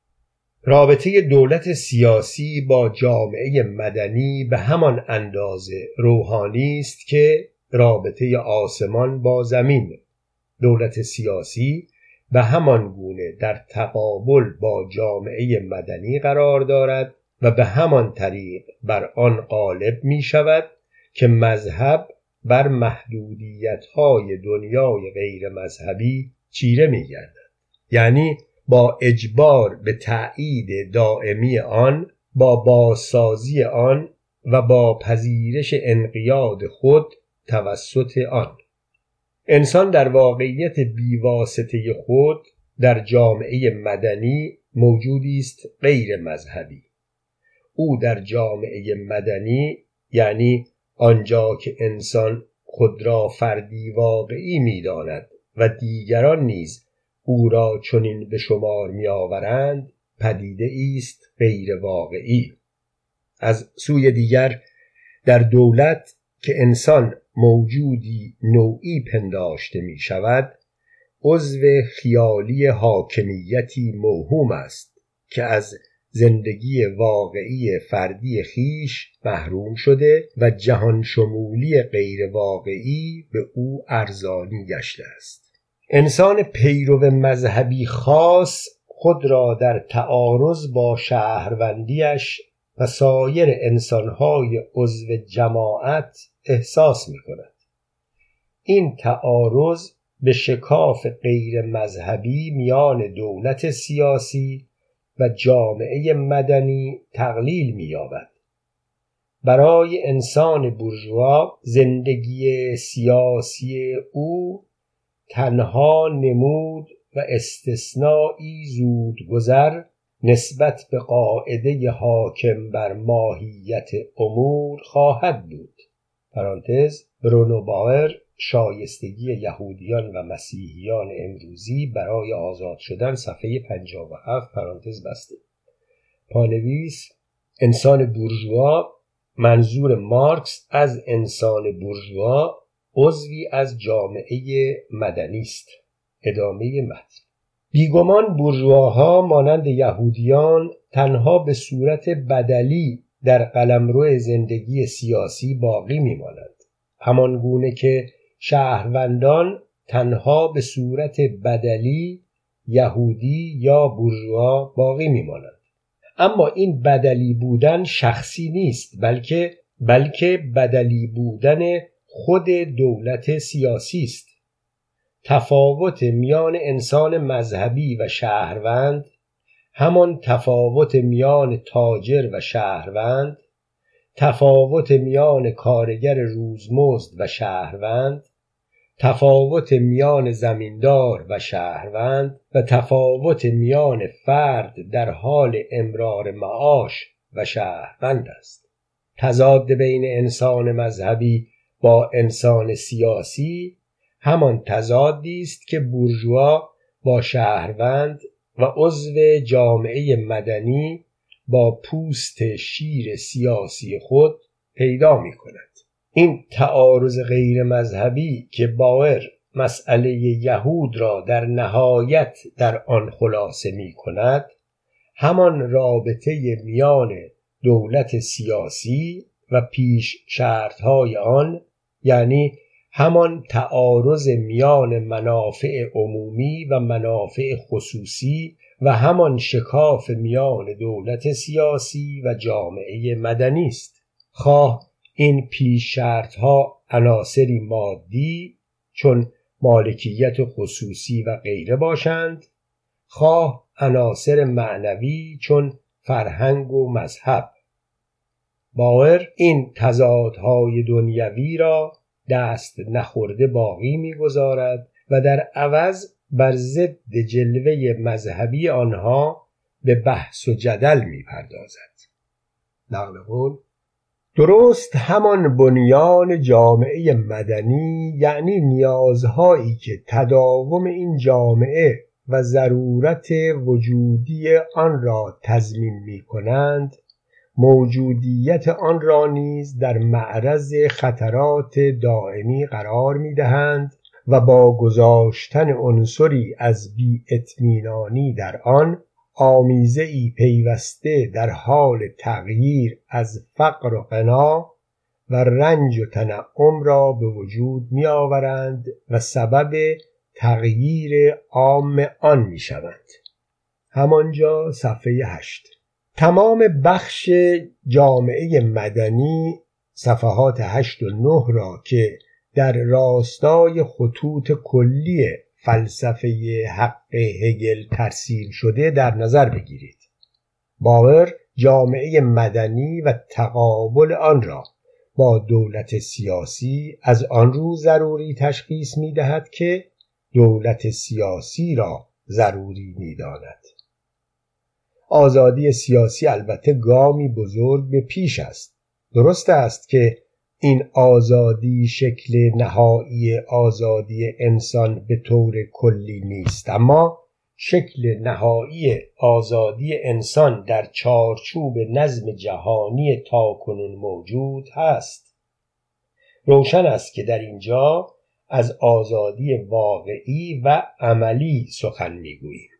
رابطه دولت سیاسی با جامعه مدنی به همان اندازه روحانی است که رابطه آسمان با زمین. دولت سیاسی به همان گونه در تقابل با جامعه مدنی قرار دارد و به همان طریق بر آن غالب می شود که مذهب بر محدودیت‌های دنیای غیر مذهبی چیره می گردد. یعنی با اجبار به تأیید دائمی آن، با بازسازی آن و با پذیرش انقیاد خود توسط آن. انسان در واقعیت بیواسطه خود در جامعه مدنی موجودی است غیر مذهبی. او در جامعه مدنی، یعنی آنجا که انسان خود را فردی واقعی می‌داند و دیگران نیز او را چنین به شمار می‌آورند، پدیده است غیر واقعی. از سوی دیگر در دولت که انسان موجودی نوعی پنداشته می شود، عضو خیالی حاکمیتی موهوم است که از زندگی واقعی فردی خیش محروم شده و جهان شمولی غیر واقعی به او ارزانی گشته است. انسان پیرو مذهبی خاص خود را در تعارض با شهروندیش و سایر انسان‌های عضو جماعت احساس می‌کند. این تعارض به شکاف غیر مذهبی میان دولت سیاسی و جامعه مدنی تقلیل می‌یابد. برای انسان بورژوا زندگی سیاسی او تنها نمود و استثنایی زودگذر نسبت به قاعده حاکم بر ماهیت امور خواهد بود. پرانتز برونو باور، شایستگی یهودیان و مسیحیان امروزی برای آزاد شدن، صفحه 57، پرانتز بسته. پانویس: انسان بورژوا، منظور مارکس از انسان بورژوا عضوی از جامعه مدنی است. ادامه متن. بیگمان بورژواها مانند یهودیان تنها به صورت بدلی در قلمرو زندگی سیاسی باقی می‌مانند، همان گونه که شهروندان تنها به صورت بدلی یهودی یا بورژوا باقی می‌مانند. اما این بدلی بودن شخصی نیست، بلکه بدلی بودن خود دولت سیاسی است. تفاوت میان انسان مذهبی و شهروند، همان تفاوت میان تاجر و شهروند، تفاوت میان کارگر روزمزد و شهروند، تفاوت میان زمیندار و شهروند و تفاوت میان فرد در حال امرار معاش و شهروند است. تضاد بین انسان مذهبی با انسان سیاسی همان تضادی است که بورژوا با شهروند و عضو جامعه مدنی با پوست شیر سیاسی خود پیدا می‌کند. این تعارض غیر مذهبی که باور مسئله یهود را در نهایت در آن خلاصه می‌کند، همان رابطه میان دولت سیاسی و پیش شرط‌های آن، یعنی همان تعارض میان منافع عمومی و منافع خصوصی و همان شکاف میان دولت سیاسی و جامعه مدنی است. خواه این پیش شرط‌ها عناصری مادی چون مالکیت خصوصی و غیره باشند، خواه عناصر معنوی چون فرهنگ و مذهب. باور این تضادهای دنیوی را دست نخورده باقی می‌گذارد و در عوض بر ضد جلوه مذهبی آنها به بحث و جدل می‌پردازد. نقل قول: درست همان بنیان جامعه مدنی، یعنی نیازهایی که تداوم این جامعه و ضرورت وجودی آن را تضمین می‌کنند، موجودیت آن را نیز در معرض خطرات دائمی قرار می‌دهند و با گذاشتن عنصری از بی‌اطمینانی در آن، آمیزه‌ای پیوسته در حال تغییر از فقر و غنا و رنج و تنعم را به وجود می‌آورند و سبب تغییر عام آن می‌شوند. همانجا صفحه 8. تمام بخش جامعه مدنی صفحات 8 و 9 را که در راستای خطوط کلی فلسفه حق هگل ترسیم شده در نظر بگیرید. باور جامعه مدنی و تقابل آن را با دولت سیاسی از آن رو ضروری تشخیص می‌دهد که دولت سیاسی را ضروری می‌داند. آزادی سیاسی البته گامی بزرگ به پیش است. درست است که این آزادی شکل نهایی آزادی انسان به طور کلی نیست، اما شکل نهایی آزادی انسان در چارچوب نظم جهانی تاکنون موجود هست. روشن است که در اینجا از آزادی واقعی و عملی سخن می‌گوییم.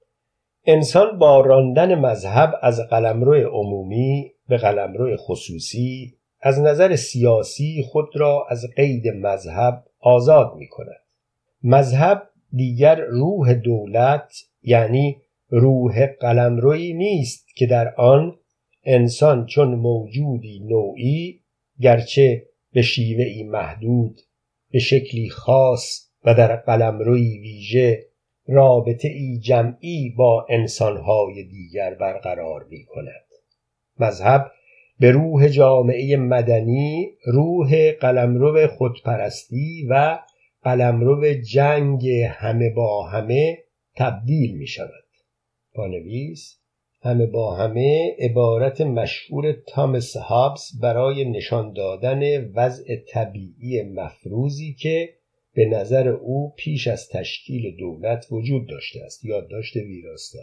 انسان با راندن مذهب از قلمرو عمومی به قلمرو خصوصی از نظر سیاسی خود را از قید مذهب آزاد می‌کند. مذهب دیگر روح دولت، یعنی روح قلمرویی نیست که در آن انسان چون موجودی نوعی، گرچه به شیوهی محدود، به شکلی خاص و در قلمرویی ویژه، رابطه‌ای جمعی با انسان‌های دیگر برقرار می‌کند. مذهب به روح جامعه مدنی، روح قلمرو خودپرستی و قلمرو جنگ همه با همه تبدیل می‌شود. پانویس: همه با همه عبارت مشهور تامس هابز برای نشان دادن وضع طبیعی مفروضی که به نظر او پیش از تشکیل دولت وجود داشته است. یادداشت ویراستار.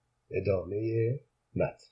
ادامه متن.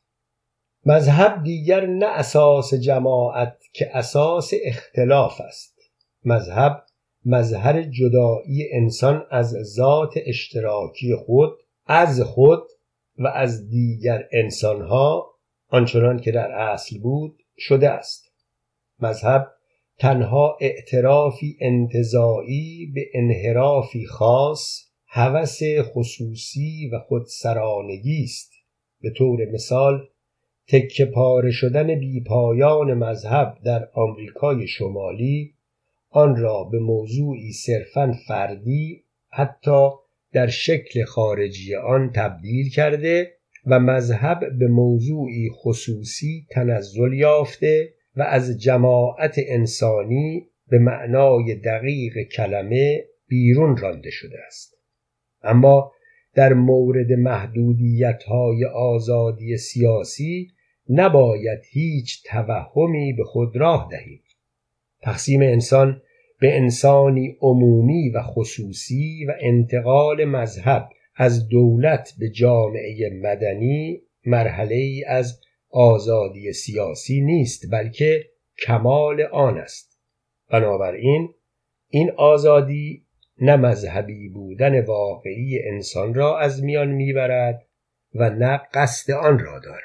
مذهب دیگر نه اساس جماعت که اساس اختلاف است. مذهب مظهر جدایی انسان از ذات اشتراکی خود، از خود و از دیگر انسانها، آنچنان که در اصل بود، شده است. مذهب تنها اعترافی انتزاعی به انحرافی خاص، هوس خصوصی و خودسرانگی است. به طور مثال، تکه پاره شدن بیپایان مذهب در آمریکای شمالی آن را به موضوعی صرفاً فردی، حتی در شکل خارجی آن تبدیل کرده و مذهب به موضوعی خصوصی تنزل یافته و از جماعت انسانی به معنای دقیق کلمه بیرون رانده شده است. اما در مورد محدودیت‌های آزادی سیاسی نباید هیچ توهمی به خود راه دهیم. تقسیم انسان به انسانی عمومی و خصوصی و انتقال مذهب از دولت به جامعه مدنی مرحله‌ای از آزادی سیاسی نیست، بلکه کمال آن است. بنابراین این آزادی نه مذهبی بودن واقعی انسان را از میان میبرد و نه قصد آن را دارد.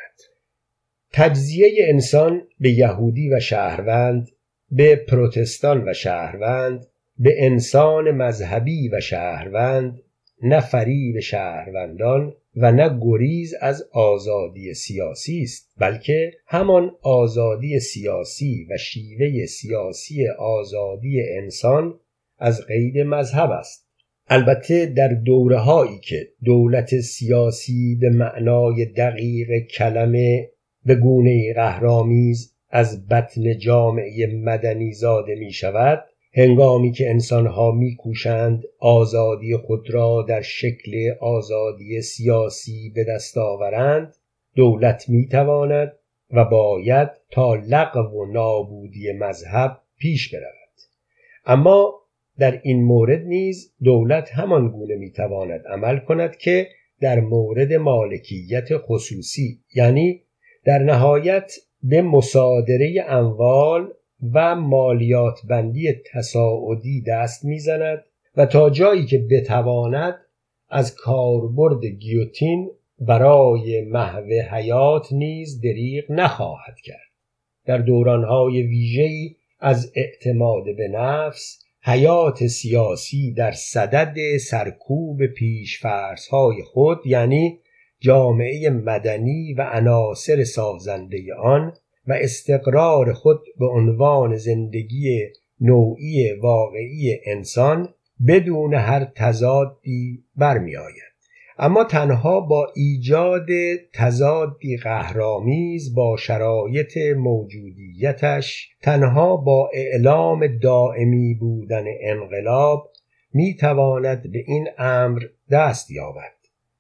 تجزیه انسان به یهودی و شهروند، به پروتستان و شهروند، به انسان مذهبی و شهروند، نه فریب شهروندان و نه گریز از آزادی سیاسی است، بلکه همان آزادی سیاسی و شیوه سیاسی آزادی انسان از قید مذهب است. البته در دوره‌هایی که دولت سیاسی به معنای دقیق کلمه به گونه‌ای قهرآمیز از بطن جامعه مدنی زاده می شود، هنگامی که انسانها می کوشند آزادی خود را در شکل آزادی سیاسی به دست آورند، دولت می تواند و باید تا لغو و نابودی مذهب پیش برود. اما در این مورد نیز دولت همان گونه می تواند عمل کند که در مورد مالکیت خصوصی، یعنی در نهایت به مصادره اموال و مالیات بندی تصاعدی دست میزند و تا جایی که بتواند از کاربرد گیوتین برای محو حیات نیز دریغ نخواهد کرد. در دورانهای ویژه‌ای از اعتماد به نفس، حیات سیاسی در صدد سرکوب پیش‌فرض‌های خود، یعنی جامعه مدنی و عناصر سازنده آن و استقرار خود به عنوان زندگی نوعی واقعی انسان بدون هر تضادی برمی آید. اما تنها با ایجاد تضادی قهرآمیز با شرایط موجودیتش، تنها با اعلام دائمی بودن انقلاب می تواند به این امر دست یابد.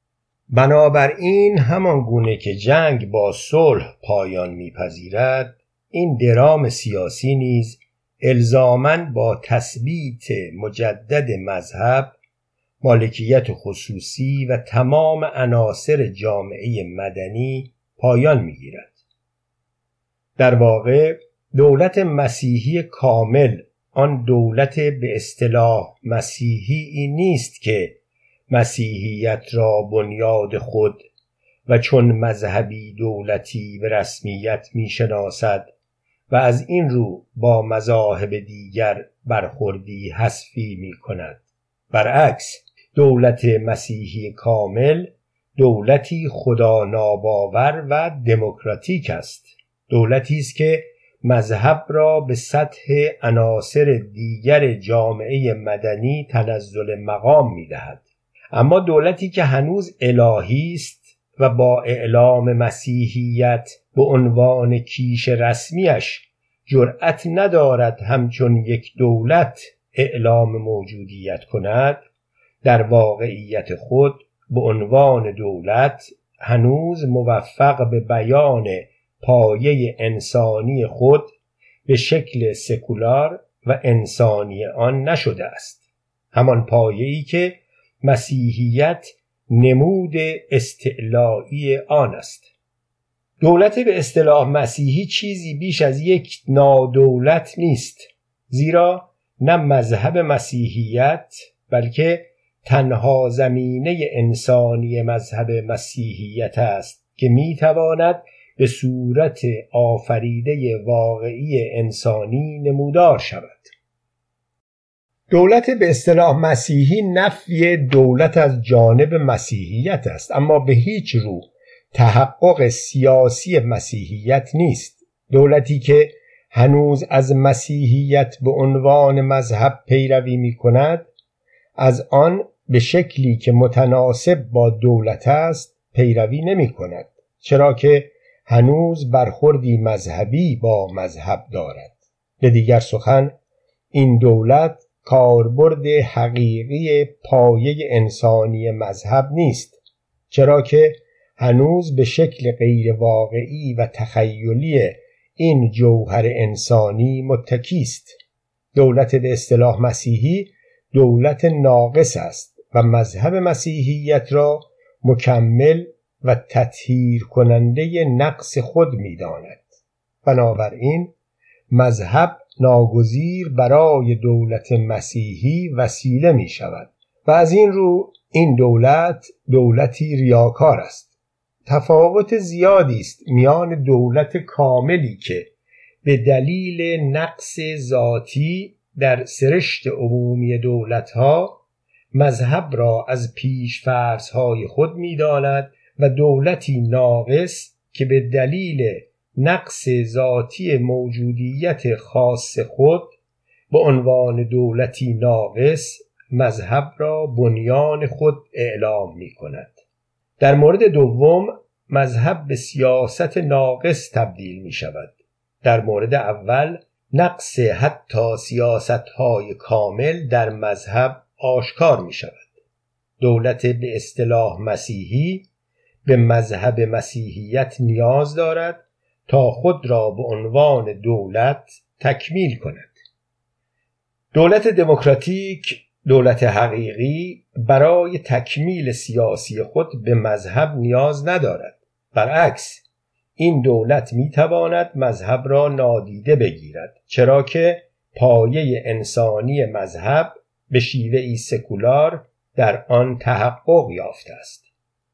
بنابراین همان گونه که جنگ با صلح پایان می‌پذیرد، این درام سیاسی نیز الزاماً با تثبیت مجدد مذهب، مالکیت خصوصی و تمام عناصر جامعه مدنی پایان می‌گیرد. در واقع دولت مسیحی کامل آن دولت به اصطلاح مسیحی نیست که مسیحیت را بنیاد خود و چون مذهبی دولتی به رسمیت می‌شناسد و از این رو با مذاهب دیگر برخوردی حذفی می‌کند. برعکس، دولت مسیحی کامل دولتی خدا ناباور و دموکراتیک است. دولتی است که مذهب را به سطح عناصر دیگر جامعه مدنی تنزل مقام می‌دهد. اما دولتی که هنوز الهی است و با اعلام مسیحیت به عنوان کیش رسمیش جرأت ندارد همچون یک دولت اعلام موجودیت کند، در واقعیت خود به عنوان دولت هنوز موفق به بیان پایه انسانی خود به شکل سکولار و انسانی آن نشده است. همان پایه‌ای که مسیحیت نمود استعلایی آن است. دولت به اصطلاح مسیحی چیزی بیش از یک نادولت نیست، زیرا نه مذهب مسیحیت بلکه تنها زمینه انسانی مذهب مسیحیت است که میتواند به صورت آفریده واقعی انسانی نمودار شود. دولت به اصطلاح مسیحی نفی دولت از جانب مسیحیت است، اما به هیچ رو تحقق سیاسی مسیحیت نیست. دولتی که هنوز از مسیحیت به عنوان مذهب پیروی می کند، از آن به شکلی که متناسب با دولت است پیروی نمی کند، چرا که هنوز برخوردی مذهبی با مذهب دارد. به دیگر سخن، این دولت کاربرد حقیقی پایه انسانی مذهب نیست، چرا که هنوز به شکل غیر واقعی و تخیلی این جوهر انسانی متکی است. دولت به اصطلاح مسیحی دولت ناقص است و مذهب مسیحیت را مکمل و تطهیر کننده نقص خود می‌داند. بنابراین مذهب ناگزیر برای دولت مسیحی وسیله می شود و از این رو این دولت دولتی ریاکار است. تفاوت زیادی است میان دولت کاملی که به دلیل نقص ذاتی در سرشت عمومی دولت‌ها مذهب را از پیش‌فرض‌های خود می‌داند و دولتی ناقص که به دلیل نقص ذاتی موجودیت خاص خود به عنوان دولتی ناقص مذهب را بنیان خود اعلام می‌کند. در مورد دوم مذهب به سیاست ناقص تبدیل می‌شود. در مورد اول نقص حتی سیاست‌های کامل در مذهب آشکار می‌شود. دولت به اصطلاح مسیحی به مذهب مسیحیت نیاز دارد تا خود را به عنوان دولت تکمیل کند. دولت دموکراتیک، دولت حقیقی، برای تکمیل سیاسی خود به مذهب نیاز ندارد. برعکس، این دولت میتواند مذهب را نادیده بگیرد، چرا که پایه انسانی مذهب به شیوهی سکولار در آن تحقق یافته است.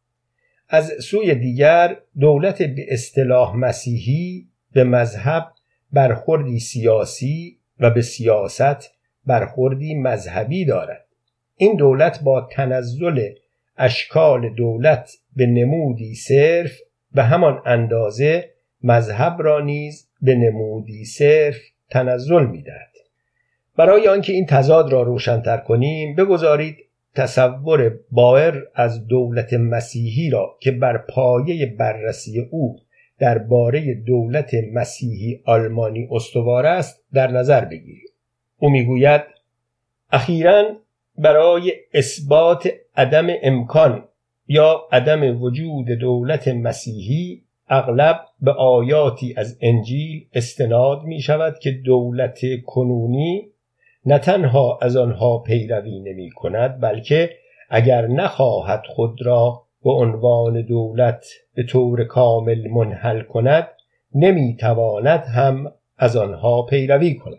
از سوی دیگر دولت به اصطلاح مسیحی به مذهب برخوردی سیاسی و به سیاست برخوردی مذهبی دارد. این دولت با تنزل اشکال دولت به نمودی صرف به همان اندازه مذهب را نیز به نمودی صرف تنزل می‌دهد. برای آنکه این تضاد را روشن‌تر کنیم بگذارید تصور بایر از دولت مسیحی را که بر پایه بررسی او درباره دولت مسیحی آلمانی استوار است در نظر بگیریم. او میگوید اخیراً برای اثبات عدم امکان یا عدم وجود دولت مسیحی اغلب به آیاتی از انجیل استناد می شود که دولت کنونی نه تنها از آنها پیروی نمی کند بلکه اگر نخواهد خود را به عنوان دولت به طور کامل منحل کند نمی تواند هم از آنها پیروی کند.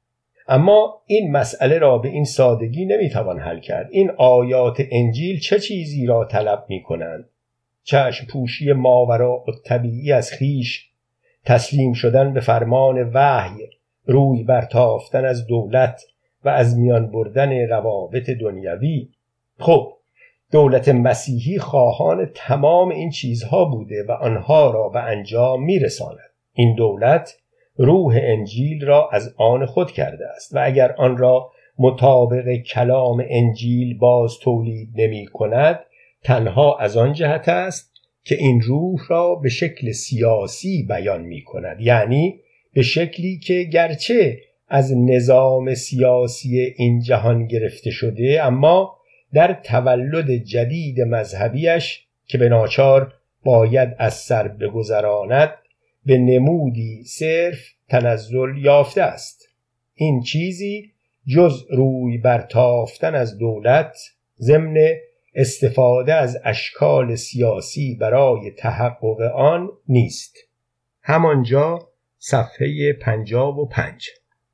اما این مسئله را به این سادگی نمی توان حل کرد. این آیات انجیل چه چیزی را طلب می کنند؟ چشم پوشی ماوراءالطبیعی از خیش، تسلیم شدن به فرمان وحی، روی برتافتن از دولت و از میان بردن روابط دنیوی. خب دولت مسیحی خواهان تمام این چیزها بوده و آنها را به انجام میرساند. این دولت روح انجیل را از آن خود کرده است و اگر آن را مطابق کلام انجیل باز تولید نمی کند تنها از آن جهت است که این روح را به شکل سیاسی بیان می کند، یعنی به شکلی که گرچه از نظام سیاسی این جهان گرفته شده اما در تولد جدید مذهبیش که به ناچار باید از سر بگذراند به نمودی صرف تنزل یافته است. این چیزی جز روی برتافتن از دولت ضمن استفاده از اشکال سیاسی برای تحقق آن نیست. همانجا صفحه 55.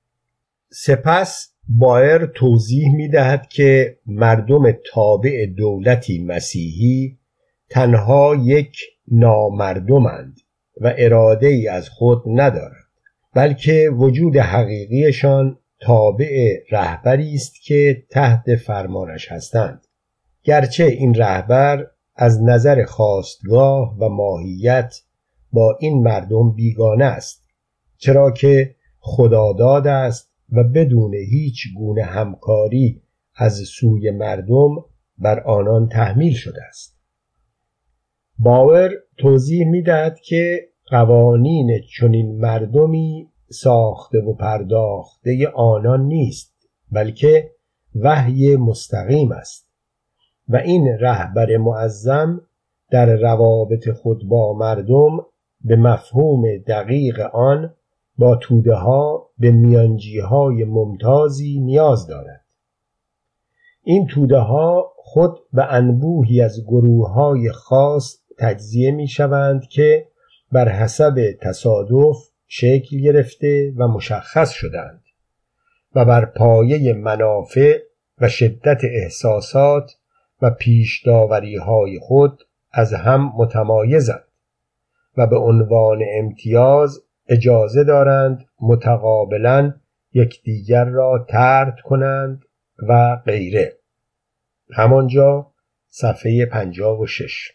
سپس بایر توضیح می دهد که مردم تابع دولتی مسیحی تنها یک نامردمند و اراده ای از خود ندارند، بلکه وجود حقیقیشان تابع رهبری است که تحت فرمانش هستند، گرچه این رهبر از نظر خاستگاه و ماهیت با این مردم بیگانه است، چرا که خداداد است و بدون هیچ گونه همکاری از سوی مردم بر آنان تحمیل شده است. باور توضیح می‌دهد که قوانین چنین مردمی ساخته و پرداخته آنان نیست، بلکه وحی مستقیم است و این رهبر معظم در روابط خود با مردم به مفهوم دقیق آن با توده‌ها به میانجیهای ممتازی نیاز دارد. این توده ها خود به انبوهی از گروه‌های خاص تجزیه می شوند که بر حسب تصادف شکل گرفته و مشخص شدند و بر پایه منافع و شدت احساسات و پیش داوری‌های خود از هم متمایزند و به عنوان امتیاز اجازه دارند متقابلاً یکدیگر را طرد کنند و غیره. همانجا صفحه 56.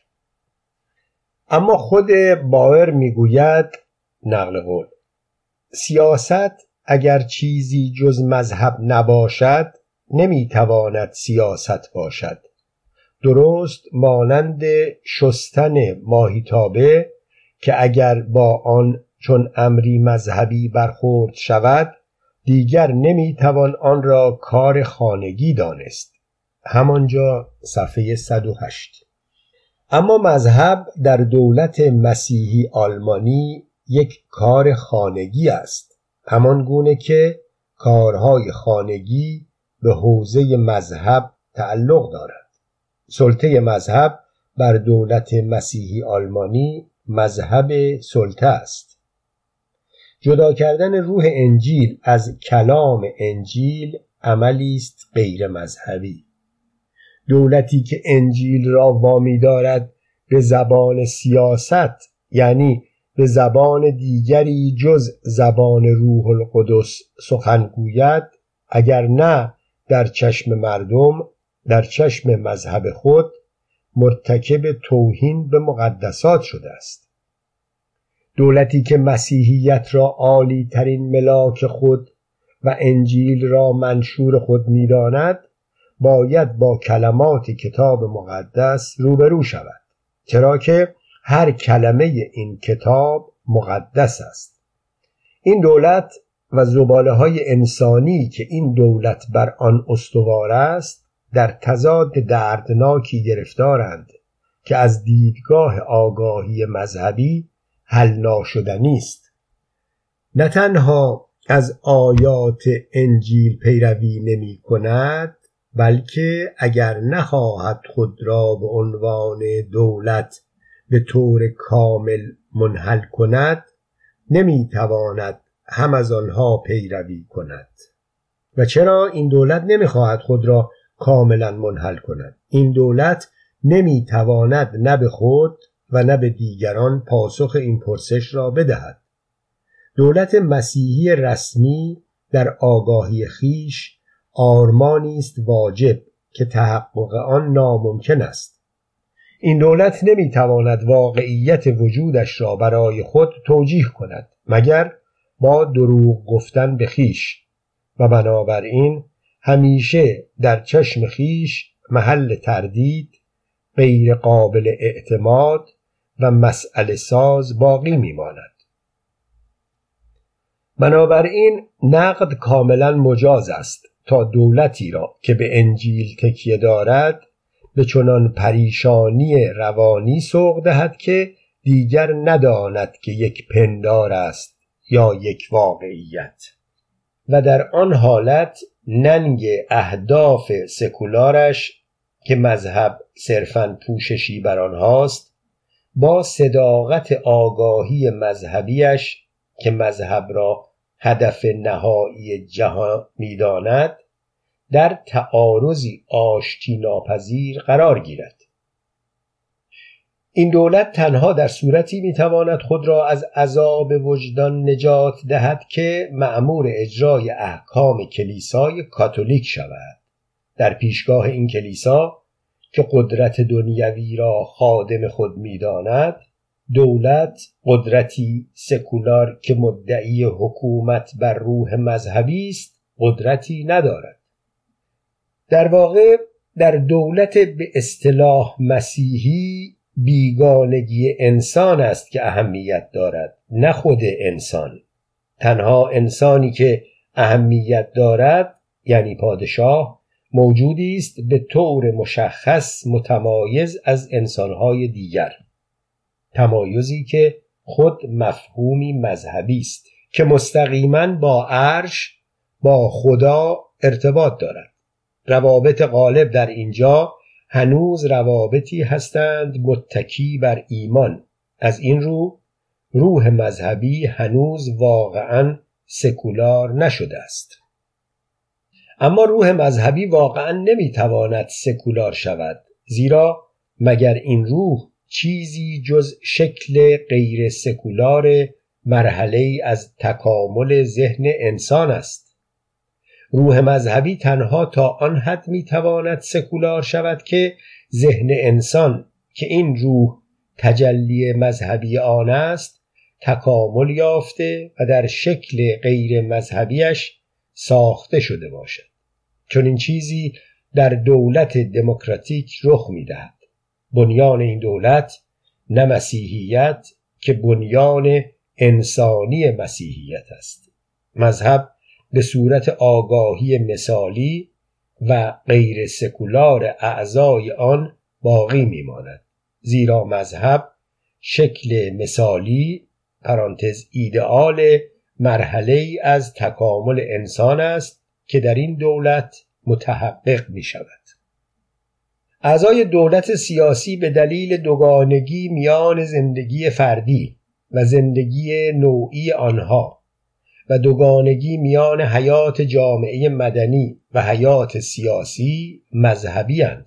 اما خود باور میگوید، نقل قول: سیاست اگر چیزی جز مذهب نباشد نمیتواند سیاست باشد. درست مانند شستن ماهیتابه که اگر با آن چون امری مذهبی برخورد شود دیگر نمیتوان آن را کار خانگی دانست. همانجا صفحه 108. اما مذهب در دولت مسیحی آلمانی یک کار خانگی است، همان گونه که کارهای خانگی به حوزه مذهب تعلق دارد. سلطه مذهب بر دولت مسیحی آلمانی مذهب سلطه است. جدا کردن روح انجیل از کلام انجیل عملی است غیر مذهبی. دولتی که انجیل را وامی دارد به زبان سیاست، یعنی به زبان دیگری جز زبان روح القدس سخن گوید، اگر نه در چشم مردم، در چشم مذهب خود مرتکب توهین به مقدسات شده است. دولتی که مسیحیت را عالی ترین ملاک خود و انجیل را منشور خود می‌داند، باید با کلمات کتاب مقدس روبرو شود، چرا که هر کلمه این کتاب مقدس است. این دولت و زباله‌های انسانی که این دولت بر آن استوار است در تضاد دردناکی گرفتارند که از دیدگاه آگاهی مذهبی حل ناشدنی است. نه تنها از آیات انجیل پیروی نمی کند، بلکه اگر نخواهد خود را به عنوان دولت به طور کامل منحل کند، نمیتواند هم از آنها پیروی کند. و چرا این دولت نمیخواهد خود را کاملا منحل کند؟ این دولت نمیتواند نه به خود و نه به دیگران پاسخ این پرسش را بدهد. دولت مسیحی رسمی در آگاهی خیش آرمانی است واجب که تحقق آن ناممکن است. این دولت نمیتواند واقعیت وجودش را برای خود توجیه کند مگر با دروغ گفتن به خیش، و بنابراین همیشه در چشم خیش محل تردید، غیر قابل اعتماد و مسئله ساز باقی میماند. بنابراین نقد کاملا مجاز است تا دولتی را که به انجیل تکیه دارد به چنان پریشانی روانی سوق دهد که دیگر نداند که یک پندار است یا یک واقعیت، و در آن حالت ننگ اهداف سکولارش که مذهب صرفاً پوششی بر آنهاست با صداقت آگاهی مذهبیش که مذهب را هدف نهایی جهان می‌داند در تعارضی آشتی ناپذیر قرار گیرد. این دولت تنها در صورتی میتواند خود را از عذاب وجدان نجات دهد که مأمور اجرای احکام کلیسای کاتولیک شود. در پیشگاه این کلیسا که قدرت دنیوی را خادم خود میداند، دولت قدرتی سکولار که مدعی حکومت بر روح مذهبی است قدرتی ندارد. در واقع در دولت به اصطلاح مسیحی بیگانگی انسان است که اهمیت دارد، نه خود انسان. تنها انسانی که اهمیت دارد، یعنی پادشاه، موجودی است به طور مشخص متمایز از انسانهای دیگر، تمایزی که خود مفهومی مذهبی است که مستقیما با عرش، با خدا ارتباط دارد. روابط غالب در اینجا هنوز روابطی هستند متکی بر ایمان. از این رو روح مذهبی هنوز واقعاً سکولار نشده است. اما روح مذهبی واقعاً نمیتواند سکولار شود، زیرا مگر این روح چیزی جز شکل غیر سکولار مرحله از تکامل ذهن انسان است. روح مذهبی تنها تا آن حد میتواند سکولار شود که ذهن انسان که این روح تجلی مذهبی آن است تکامل یافته و در شکل غیر مذهبیش ساخته شده باشد. چون این چیزی در دولت دموکراتیک رخ می‌دهد. بنیان این دولت نه مسیحیت که بنیان انسانی مسیحیت است. مذهب به صورت آگاهی مثالی و غیر سکولار اعضای آن باقی می‌ماند، زیرا مذهب شکل مثالی پرانتز ایدئال مرحله از تکامل انسان است که در این دولت متحقق می شود. اعضای دولت سیاسی به دلیل دوگانگی میان زندگی فردی و زندگی نوعی آنها و دوگانگی میان حیات جامعه مدنی و حیات سیاسی مذهبی اند.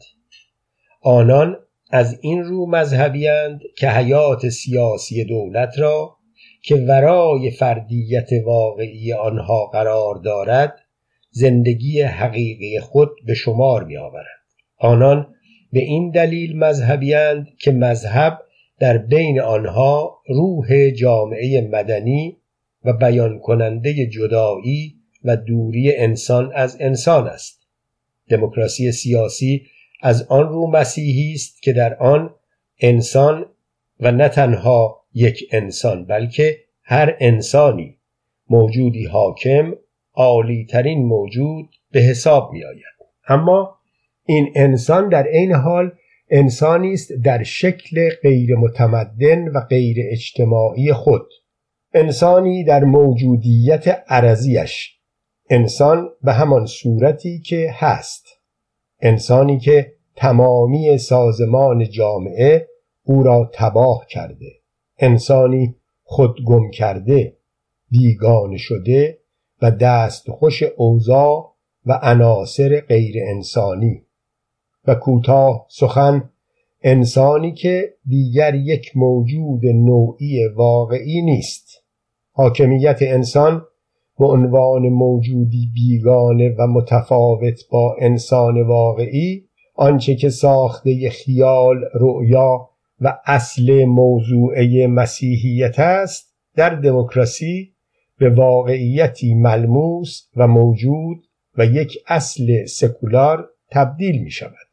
آنان از این رو مذهبی اند که حیات سیاسی دولت را که ورای فردیت واقعی آنها قرار دارد زندگی حقیقی خود به شمار می آورند. آنان به این دلیل مذهبی اند که مذهب در بین آنها روح جامعه مدنی و بیان کننده جدایی و دوری انسان از انسان است. دموکراسی سیاسی از آن رو مسیحی است که در آن انسان و نه تنها یک انسان بلکه هر انسانی موجودی حاکم، عالی ترین موجود به حساب می آید. اما این انسان در عین حال انسانی است در شکل غیر متمدن و غیر اجتماعی خود، انسانی در موجودیت عرضیش، انسان به همان صورتی که هست، انسانی که تمامی سازمان جامعه او را تباه کرده، انسانی خودگم کرده، بیگانه شده و دستخوش اوضاع و عناصر غیر انسانی و کوتاه سخن انسانی که دیگر یک موجود نوعی واقعی نیست. حاکمیت انسان به عنوان موجودی بیگانه و متفاوت با انسان واقعی، آنچه که ساخته خیال، رؤیا و اصل موضوعه مسیحیت است، در دموکراسی به واقعیتی ملموس و موجود و یک اصل سکولار تبدیل می شود.